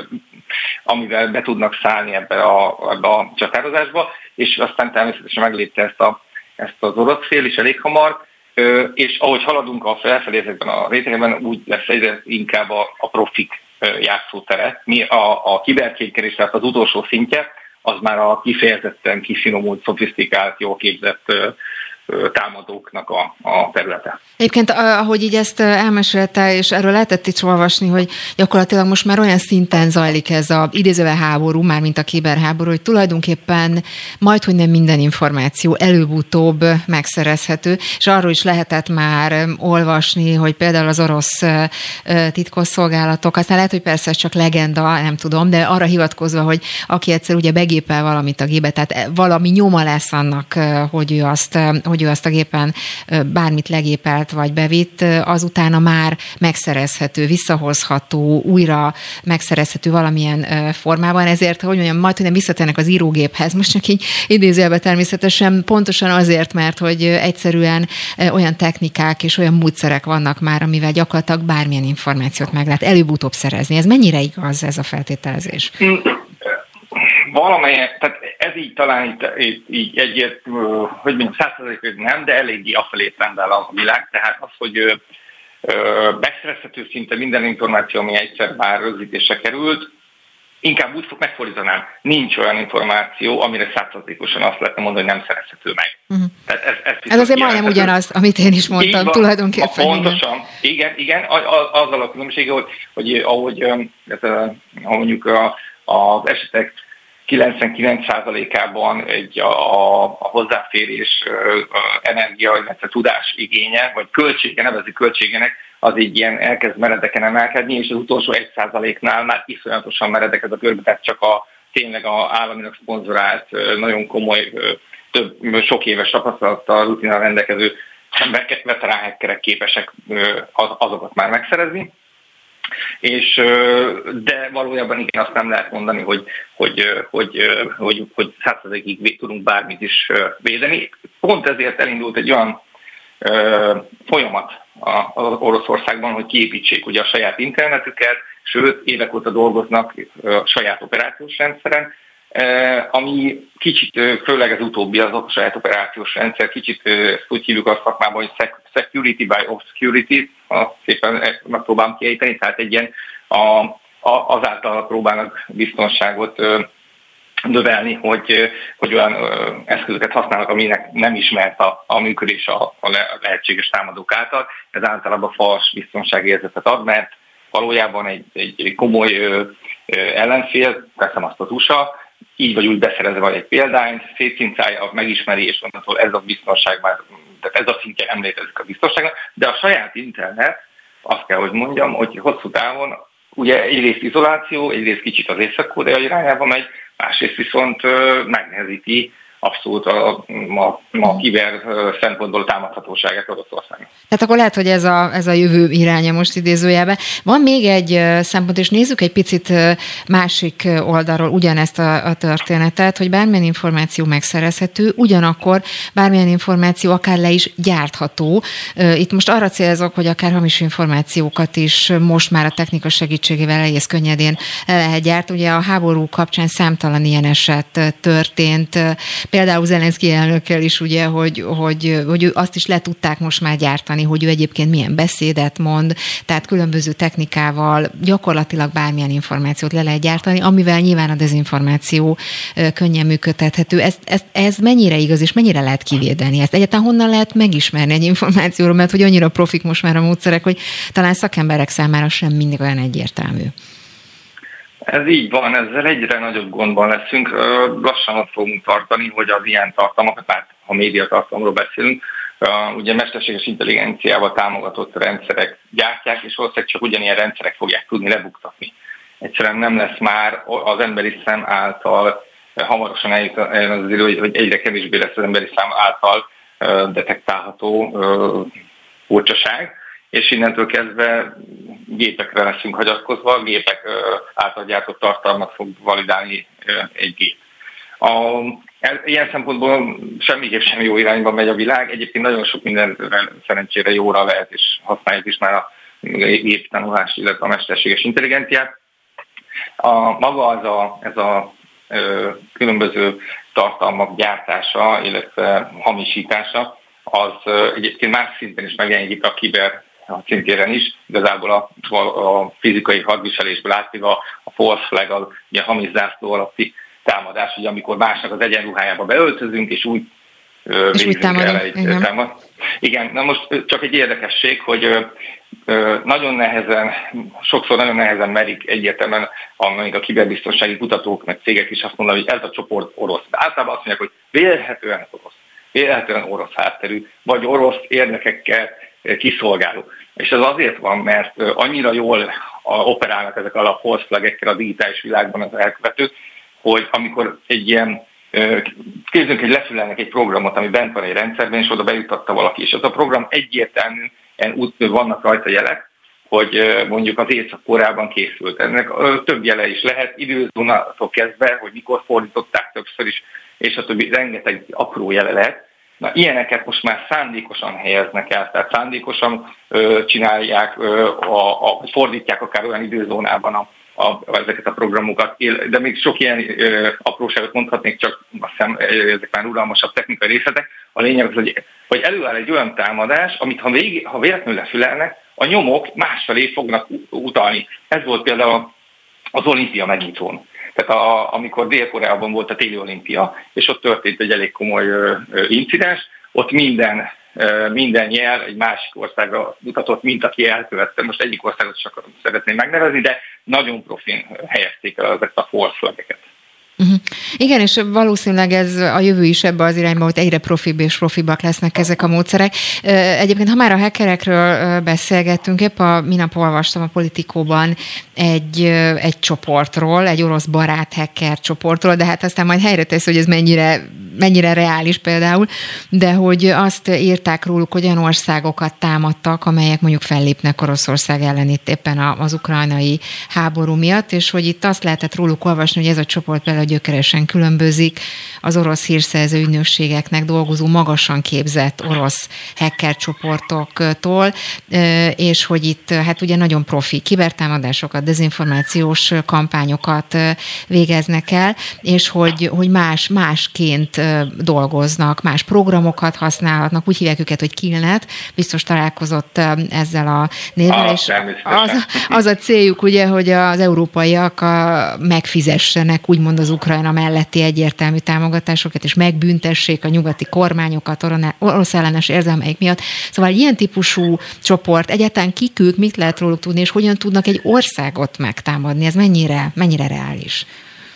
amivel be tudnak szállni ebbe a, ebbe a csatározásba, és aztán természetesen meglépte ezt, a, ezt az orosz fél is elég hamar, és ahogy haladunk a felfelé ezekben a rétegekben, úgy lesz egyre inkább a, a profik játszótere. Mi a, a kiberkénkerés, tehát az utolsó szintje, az már a kifejezetten kifinomult, szofisztikált, jól képzett támadóknak a, a területe. Egyébként, ahogy így ezt elmesélte, és erről lehetett is olvasni, hogy gyakorlatilag most már olyan szinten zajlik ez a idézővel háború, már mint a kiberháború, hogy tulajdonképpen majdhogy nem minden információ előbb-utóbb megszerezhető, és arról is lehetett már olvasni, hogy például az orosz titkosszolgálatok, aztán lehet, hogy persze ez csak legenda, nem tudom, de arra hivatkozva, hogy aki egyszer ugye begépel valamit a gépbe, tehát valami nyoma lesz annak, hogy ő azt, hogy ő azt a gépen bármit legépelt vagy bevitt, azutána már megszerezhető, visszahozható, újra megszerezhető valamilyen formában, ezért, hogy mondjam, majd, hogy nem visszatérnek az írógéphez, most csak így idézőjelben természetesen, pontosan azért, mert hogy egyszerűen olyan technikák és olyan módszerek vannak már, amivel gyakorlatilag bármilyen információt meg lehet előbb-utóbb szerezni. Ez mennyire igaz, ez a feltételezés? Valamelyek, tehát ez így talán így, így egyért, hogy mondjam, száz százalékig nem, de eléggé afelé trendel a világ, tehát az, hogy megszerezhető szinte minden információ, ami egyszer már rögzítésre került, inkább úgy fog megfordítanám, nincs olyan információ, amire száz százalékosan azt lehetne mondani, hogy nem szerezhető meg. Uh-huh. Tehát ez, ez, ez azért majdnem ugyanaz, amit én is mondtam, van, tulajdonképpen. Pontosan, igen, igen, azzal a különbsége, hogy, hogy ahogy, ahogy mondjuk a, az esetek kilencvenkilenc százalékában egy a, a hozzáférés, a energia, illetve tudás igénye, vagy költsége, nevezzük költségének, az így ilyen elkezd meredeken emelkedni, és az utolsó egy százaléknál már iszonyatosan meredek ez a görbe, tehát csak a tényleg a államinak szponzorált, nagyon komoly, több, sok éves tapasztalattal, rutinál rendelkező veterán hackerek képesek azokat már megszerezni. És, de valójában igen, azt nem lehet mondani, hogy, hogy, hogy, hogy, hogy száz százalékig tudunk bármit is védeni. Pont ezért elindult egy olyan folyamat az Oroszországban, hogy kiépítsék ugye a saját internetüket, sőt, évek óta dolgoznak a saját operációs rendszeren, ami kicsit, főleg az utóbbi az a saját operációs rendszer, kicsit úgy hívjuk azt szakmában, hogy security by obscurity, ha szépen megpróbálom kiejteni, tehát egy ilyen a, a, azáltal próbálnak biztonságot növelni, hogy, hogy olyan eszközöket használnak, aminek nem ismert a, a működés a, a lehetséges támadók által. Ez általában fals biztonságérzetet ad, mert valójában egy, egy komoly ellenfél, teszem azt az u es á, így vagy úgy beszerezve vagy egy példányt, szétszincálja, megismeri, és onnantól ez a biztonság már, tehát ez a szintje emlékezik a biztonságnak, de a saját internet, azt kell, hogy mondjam, hogy hosszú távon ugye egyrészt izoláció, egyrészt kicsit az Észak-Korea irányába megy, másrészt viszont megnehezíti a, abszolút a, a, a kiber szempontból támadhatóságát Oroszországnak. Tehát akkor lehet, hogy ez a, ez a jövő iránya most idézőjelben. Van még egy szempont, és nézzük egy picit másik oldalról ugyanezt a, a történetet, hogy bármilyen információ megszerezhető, ugyanakkor bármilyen információ akár le is gyártható. Itt most arra célzok, hogy akár hamis információkat is most már a technika segítségével egész könnyedén le lehet gyárt. Ugye a háború kapcsán számtalan ilyen eset történt. Például Zelenszky elnökkel is, ugye, hogy, hogy, hogy ő azt is le tudták most már gyártani, hogy ő egyébként milyen beszédet mond, tehát különböző technikával gyakorlatilag bármilyen információt le lehet gyártani, amivel nyilván a dezinformáció könnyen működtethető. Ez, ez, ez mennyire igaz, és mennyire lehet kivédeni ezt? Egyáltalán honnan lehet megismerni egy információról, mert hogy annyira profik most már a módszerek, hogy talán szakemberek számára sem mindig olyan egyértelmű. Ez így van, ezzel egyre nagyobb gondban leszünk. Lassan ott fogunk tartani, hogy az ilyen tartalmakat, már ha médiatartalomról beszélünk, ugye mesterséges intelligenciával támogatott rendszerek gyártják, és valószínűleg csak ugyanilyen rendszerek fogják tudni lebuktatni. Egyszerűen nem lesz már az emberi szem által, hamarosan eljut az idő, hogy egyre kevésbé lesz az emberi szám által detektálható furcsaság, és innentől kezdve gépekre leszünk hagyatkozva, a gépek által gyártott tartalmat fog validálni egy gép. A, ilyen szempontból semmiképp sem jó irányba megy a világ, egyébként nagyon sok mindenre szerencsére jóra lehet, és használjuk is már a géptanulást, illetve a mesterséges intelligenciát. A, maga az a, ez a ö, különböző tartalmak gyártása, illetve hamisítása, az ö, egyébként más szinten is megjelenik a kiber a szintéren is, igazából a, a, a fizikai hadviselésből átvéve a, a false flag, a, a hamis zászló alatti támadás, ugye amikor másnak az egyenruhájába beöltözünk, és úgy ö, és úgy el egy igen. támad. Igen, na most csak egy érdekesség, hogy ö, ö, nagyon nehezen, sokszor nagyon nehezen merik egyértelműen amíg a kiberbiztonsági kutatók, meg cégek is azt mondani, hogy ez a csoport orosz. De általában azt mondják, hogy vélhetően orosz, vélhetően orosz hátterű, vagy orosz érdekekkel kiszolgáló. És ez azért van, mert annyira jól operálnak ezek a false flagekkel a digitális világban az elkövetők, hogy amikor egy ilyen, képzünk, hogy lefülelnek egy programot, ami bent van egy rendszerben, és oda bejutatta valaki, és az a program egyértelműen vannak rajta jelek, hogy mondjuk az Észak-Koreában készült. Ennek több jele is lehet, időzónától kezdve, hogy mikor fordították többször is, és a többi rengeteg apró jele lehet. Na, ilyeneket most már szándékosan helyeznek el, tehát szándékosan ö, csinálják, ö, a, a, fordítják akár olyan időzónában a, a, ezeket a programokat, de még sok ilyen ö, apróságot mondhatnék, csak azt hiszem, ezek már uralmasabb technikai részletek. A lényeg az, hogy, hogy előáll egy olyan támadás, amit ha, végig, ha véletlenül lefülelnek, a nyomok másfelé fognak utalni. Ez volt például az olimpia megnyitón. Tehát a, amikor Dél-Koreában volt a téli olimpia, és ott történt egy elég komoly ö, ö, incidens, ott minden, ö, minden jel egy másik országra mutatott, mint aki elkövette. Most egyik országot csak szeretném megnevezni, de nagyon profin helyezték el ezeket a false flageket. Uh-huh. Igen, és valószínűleg ez a jövő is ebbe az irányba, hogy egyre profibb és profibbak lesznek ezek a módszerek. Egyébként, ha már a hackerekről beszélgettünk, épp a minap olvastam a Politikóban egy, egy csoportról, egy orosz barát hacker csoportról, de hát aztán majd helyre tesz, hogy ez mennyire, mennyire reális például, de hogy azt írták róluk, hogy olyan országokat támadtak, amelyek mondjuk fellépnek Oroszország ellen itt éppen az ukrajnai háború miatt, és hogy itt azt lehetett róluk olvasni, hogy ez a csoport például gyökeresen különbözik az orosz hírszerző ügynökségeknek dolgozó, magasan képzett orosz hacker csoportoktól, és hogy itt hát ugye nagyon profi kibertámadásokat, dezinformációs kampányokat végeznek el, és hogy, hogy más, másként dolgoznak, más programokat használhatnak, úgy hívják őket, hogy Killnet, biztos találkozott ezzel a névvel, ah, és az, az a céljuk ugye, hogy az európaiak a, megfizessenek úgymond az Ukrajna melletti egyértelmű támogatásokat, és megbüntessék a nyugati kormányokat orosz ellenes érzelmeik miatt. Szóval ilyen típusú csoport, egyáltalán kik ők, mit lehet róluk tudni, és hogyan tudnak egy országot megtámadni? Ez mennyire, mennyire reális?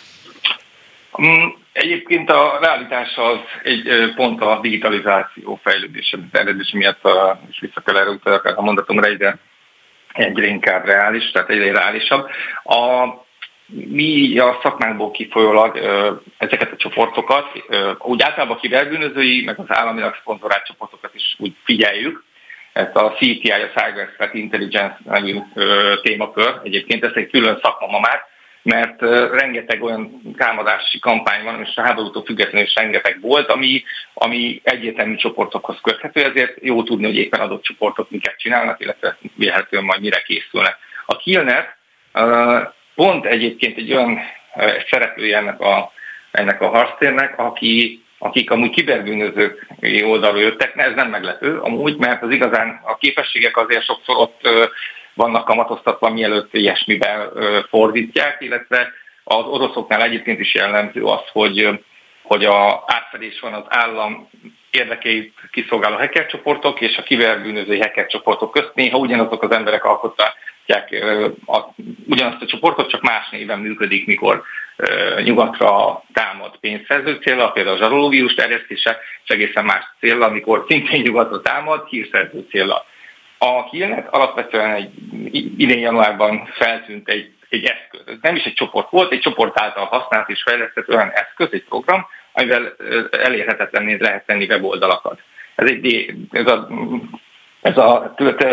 Egyébként a realitás az egy pont a digitalizáció fejlődése, eredése miatt is vissza kell erre utalni a mondatomra, egyre, egyre inkább reális, tehát egyre reálisabb. A mi a szakmánkból kifolyólag ezeket a csoportokat, úgy általában a kiberbűnözői, meg az államilag szponzorált csoportokat is úgy figyeljük. Ezt a C T I, a Cyber Threat Intelligence nevű témakör, egyébként ez egy külön szakma ma már, mert rengeteg olyan támadási kampány van, és a háborútól függetlenül is rengeteg volt, ami, ami egyértelmű csoportokhoz köthető, ezért jó tudni, hogy éppen adott csoportok miket csinálnak, illetve vélhetően majd mire készülnek. A Killnet pont egyébként egy olyan szereplője ennek a, ennek a harctérnek, aki, akik amúgy kiberbűnözők oldalról jöttek, ez nem meglepő amúgy, mert az igazán a képességek azért sokszor ott vannak kamatoztatva, mielőtt ilyesmiben fordítják, illetve az oroszoknál egyébként is jellemző az, hogy, hogy a átfedés van az állam érdekeit kiszolgáló hackercsoportok és a kiberbűnözői hackercsoportok közt. Néha ugyanazok az emberek alkotják a, ugyanazt a csoportot, csak más néven működik, mikor nyugatra támad pénzszerző céllal, például a zsarolóvírus terjesztése, és egészen más céllal, amikor szintén nyugatra támad, hírszerző céllal. A Killnet alapvetően egy idén januárban feltűnt egy, egy eszköz. Ez nem is egy csoport volt, egy csoport által használt és fejlesztett olyan eszköz, egy program, amivel elérhetetlenné lehet tenni weboldalakat. Ez, egy, ez a, ez a tőt,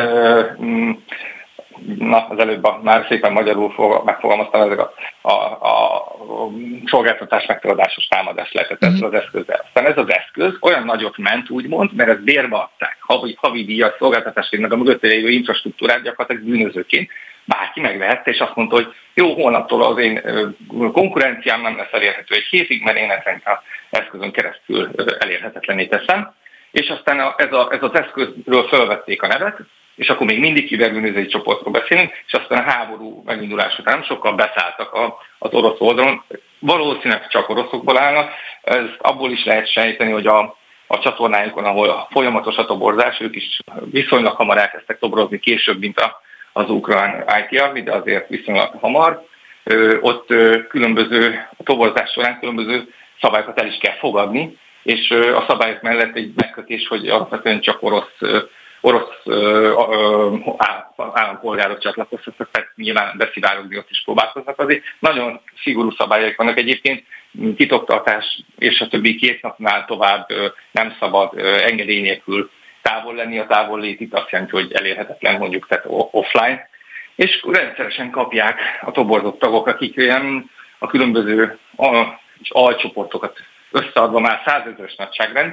na, az előbb a, már szépen magyarul megfogalmaztam, ezek a, a, a szolgáltatás megtagadásos támadás lehetett ezzel az eszközzel. Aztán ez az eszköz olyan nagyot ment, úgymond, mert ezt bérbe adták. Havi, havi díjas szolgáltatásként, meg a mögötte lévő infrastruktúrát gyakorlatilag bűnözőként bárki megvehette, és azt mondta, hogy jó, holnaptól az én konkurenciám nem lesz elérhető egy hétig, mert én ezen az eszközön keresztül elérhetetlenné teszem. És aztán a, ez, a, ez az eszközről felvették a nevet, és akkor még mindig kiberbűnözői csoportról beszélünk, és aztán a háború megindulás után nem sokkal beszálltak a, az orosz oldalon. Valószínűleg csak oroszokból állnak. Ez abból is lehet sejteni, hogy a, a csatornájukon, ahol folyamatos a toborzás, ők is viszonylag hamar elkezdtek toborozni, később, mint a, az ukrán I T Army, de azért viszonylag hamar. Ö, ott ö, különböző, a toborzás során különböző szabályokat el is kell fogadni, és ö, a szabályok mellett egy megkötés, hogy alapvetően csak orosz ö, orosz ö, ö, állampolgárok csatlakoztatnak, tehát nyilván beszivárogni ott is próbálkoznak. Azért nagyon szigorú szabályok vannak egyébként, titoktartás és a többi két napnál tovább ö, nem szabad ö, engedély nélkül távol lenni, a távollét itt azt jelenti, hogy elérhetetlen, mondjuk, tehát offline, és rendszeresen kapják a toborzott tagok, akik ilyen a különböző alcsoportokat összeadva már százezres nagyságrend,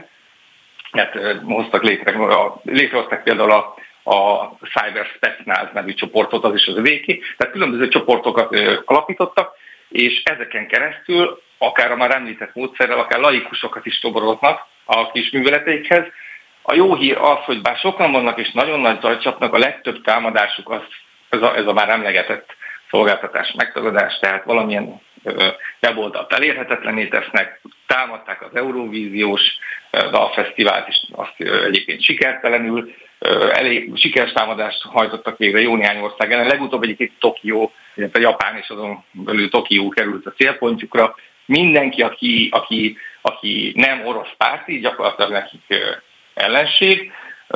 mert hoztak létre, létrehoztak például a, a Cyber Spetsnaz nevű csoportot, az is az övéké, tehát különböző csoportokat ö, alapítottak, és ezeken keresztül, akár a már említett módszerrel, akár laikusokat is toboroznak a kis műveleteikhez. A jó hír az, hogy bár sokan vannak és nagyon nagy zajt csapnak, a legtöbb támadásuk az, ez, a, ez a már emlegetett szolgáltatás megtagadás, tehát valamilyen weboldalt elérhetetlenné tesznek, támadták az Eurovíziós dalfesztivált is, azt egyébként sikertelenül, elég sikeres támadást hajtottak végre jó néhány ország ellen. Legutóbb egyébként Tokió, illetve Japán és azon belül Tokió került a célpontjukra. Mindenki, aki, aki, aki nem orosz párti, gyakorlatilag nekik ellenség,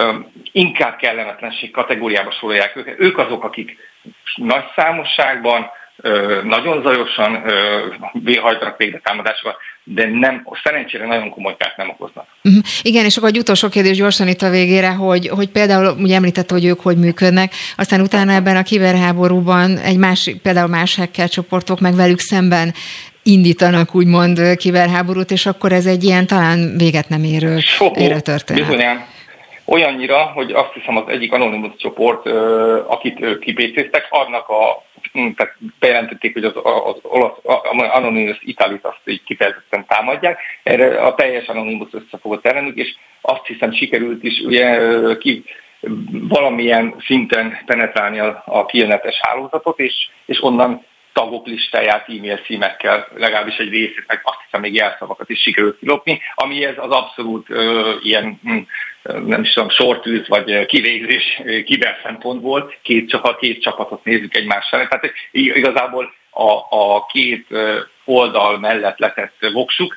inkább kellemetlenség kategóriába sorolják őket. Ők azok, akik nagy számosságban, nagyon zajosan hajtanak végre támadásokat, de nem, szerencsére nagyon komoly kárt nem okoznak. Uh-huh. Igen, és akkor egy utolsó kérdés gyorsan itt a végére, hogy, hogy például ugye említette, hogy ők hogy működnek, aztán utána ebben a kiberháborúban egy másik, például más hacker csoportok meg velük szemben indítanak úgymond kiberháborút, és akkor ez egy ilyen talán véget nem érő érő történet. Bizonyán. Olyannyira, hogy azt hiszem az egyik Anonymous csoport, akit ők kipécéztek, annak a, tehát bejelentették, hogy az, az olasz Anonymous Italit azt így kifejezetten támadják. Erre a teljes Anonymous összefogott ellenük, és azt hiszem sikerült is ugye ki valamilyen szinten penetrálni a, a Killnetes hálózatot, és, és onnan tagok listáját e-mail címekkel, legalábbis egy részét, meg azt hiszem még jelszavakat is sikerült kilopni, ami ez az abszolút uh, ilyen, nem is tudom, sortűz vagy kivégzés kiber szempontból, két, ha két csapatot nézzük egymással. Tehát igazából a, a két oldal mellett letett voksuk,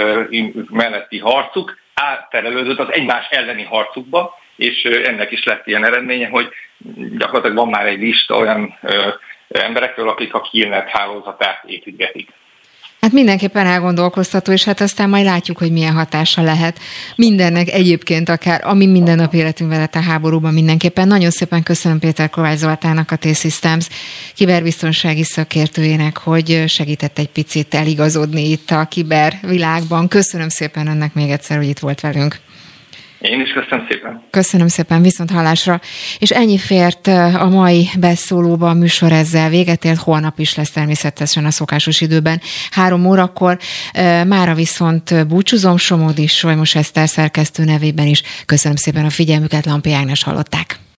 melletti harcuk átterelődött az egymás elleni harcukba, és ennek is lett ilyen eredménye, hogy gyakorlatilag van már egy lista olyan emberekről, akik a Killnet hálózatát építgetik. Hát mindenképpen elgondolkoztató, és hát aztán majd látjuk, hogy milyen hatása lehet mindennek egyébként, akár ami minden nap életünkben lett a háborúban mindenképpen. Nagyon szépen köszönöm Péter Kovács Zoltánnak, a T-Systems kiberbiztonsági szakértőjének, hogy segített egy picit eligazodni itt a kibervilágban. Köszönöm szépen önnek még egyszer, hogy itt volt velünk. Én is köszönöm szépen. Köszönöm szépen, viszont hallásra. És ennyi fért a mai beszólóba, a műsor ezzel véget ért, holnap is lesz természetesen a szokásos időben három órakor. Mára viszont búcsúzom, Somódi Solymos Eszter szerkesztő nevében is. Köszönöm szépen a figyelmüket, Lampi Ágnes hallották.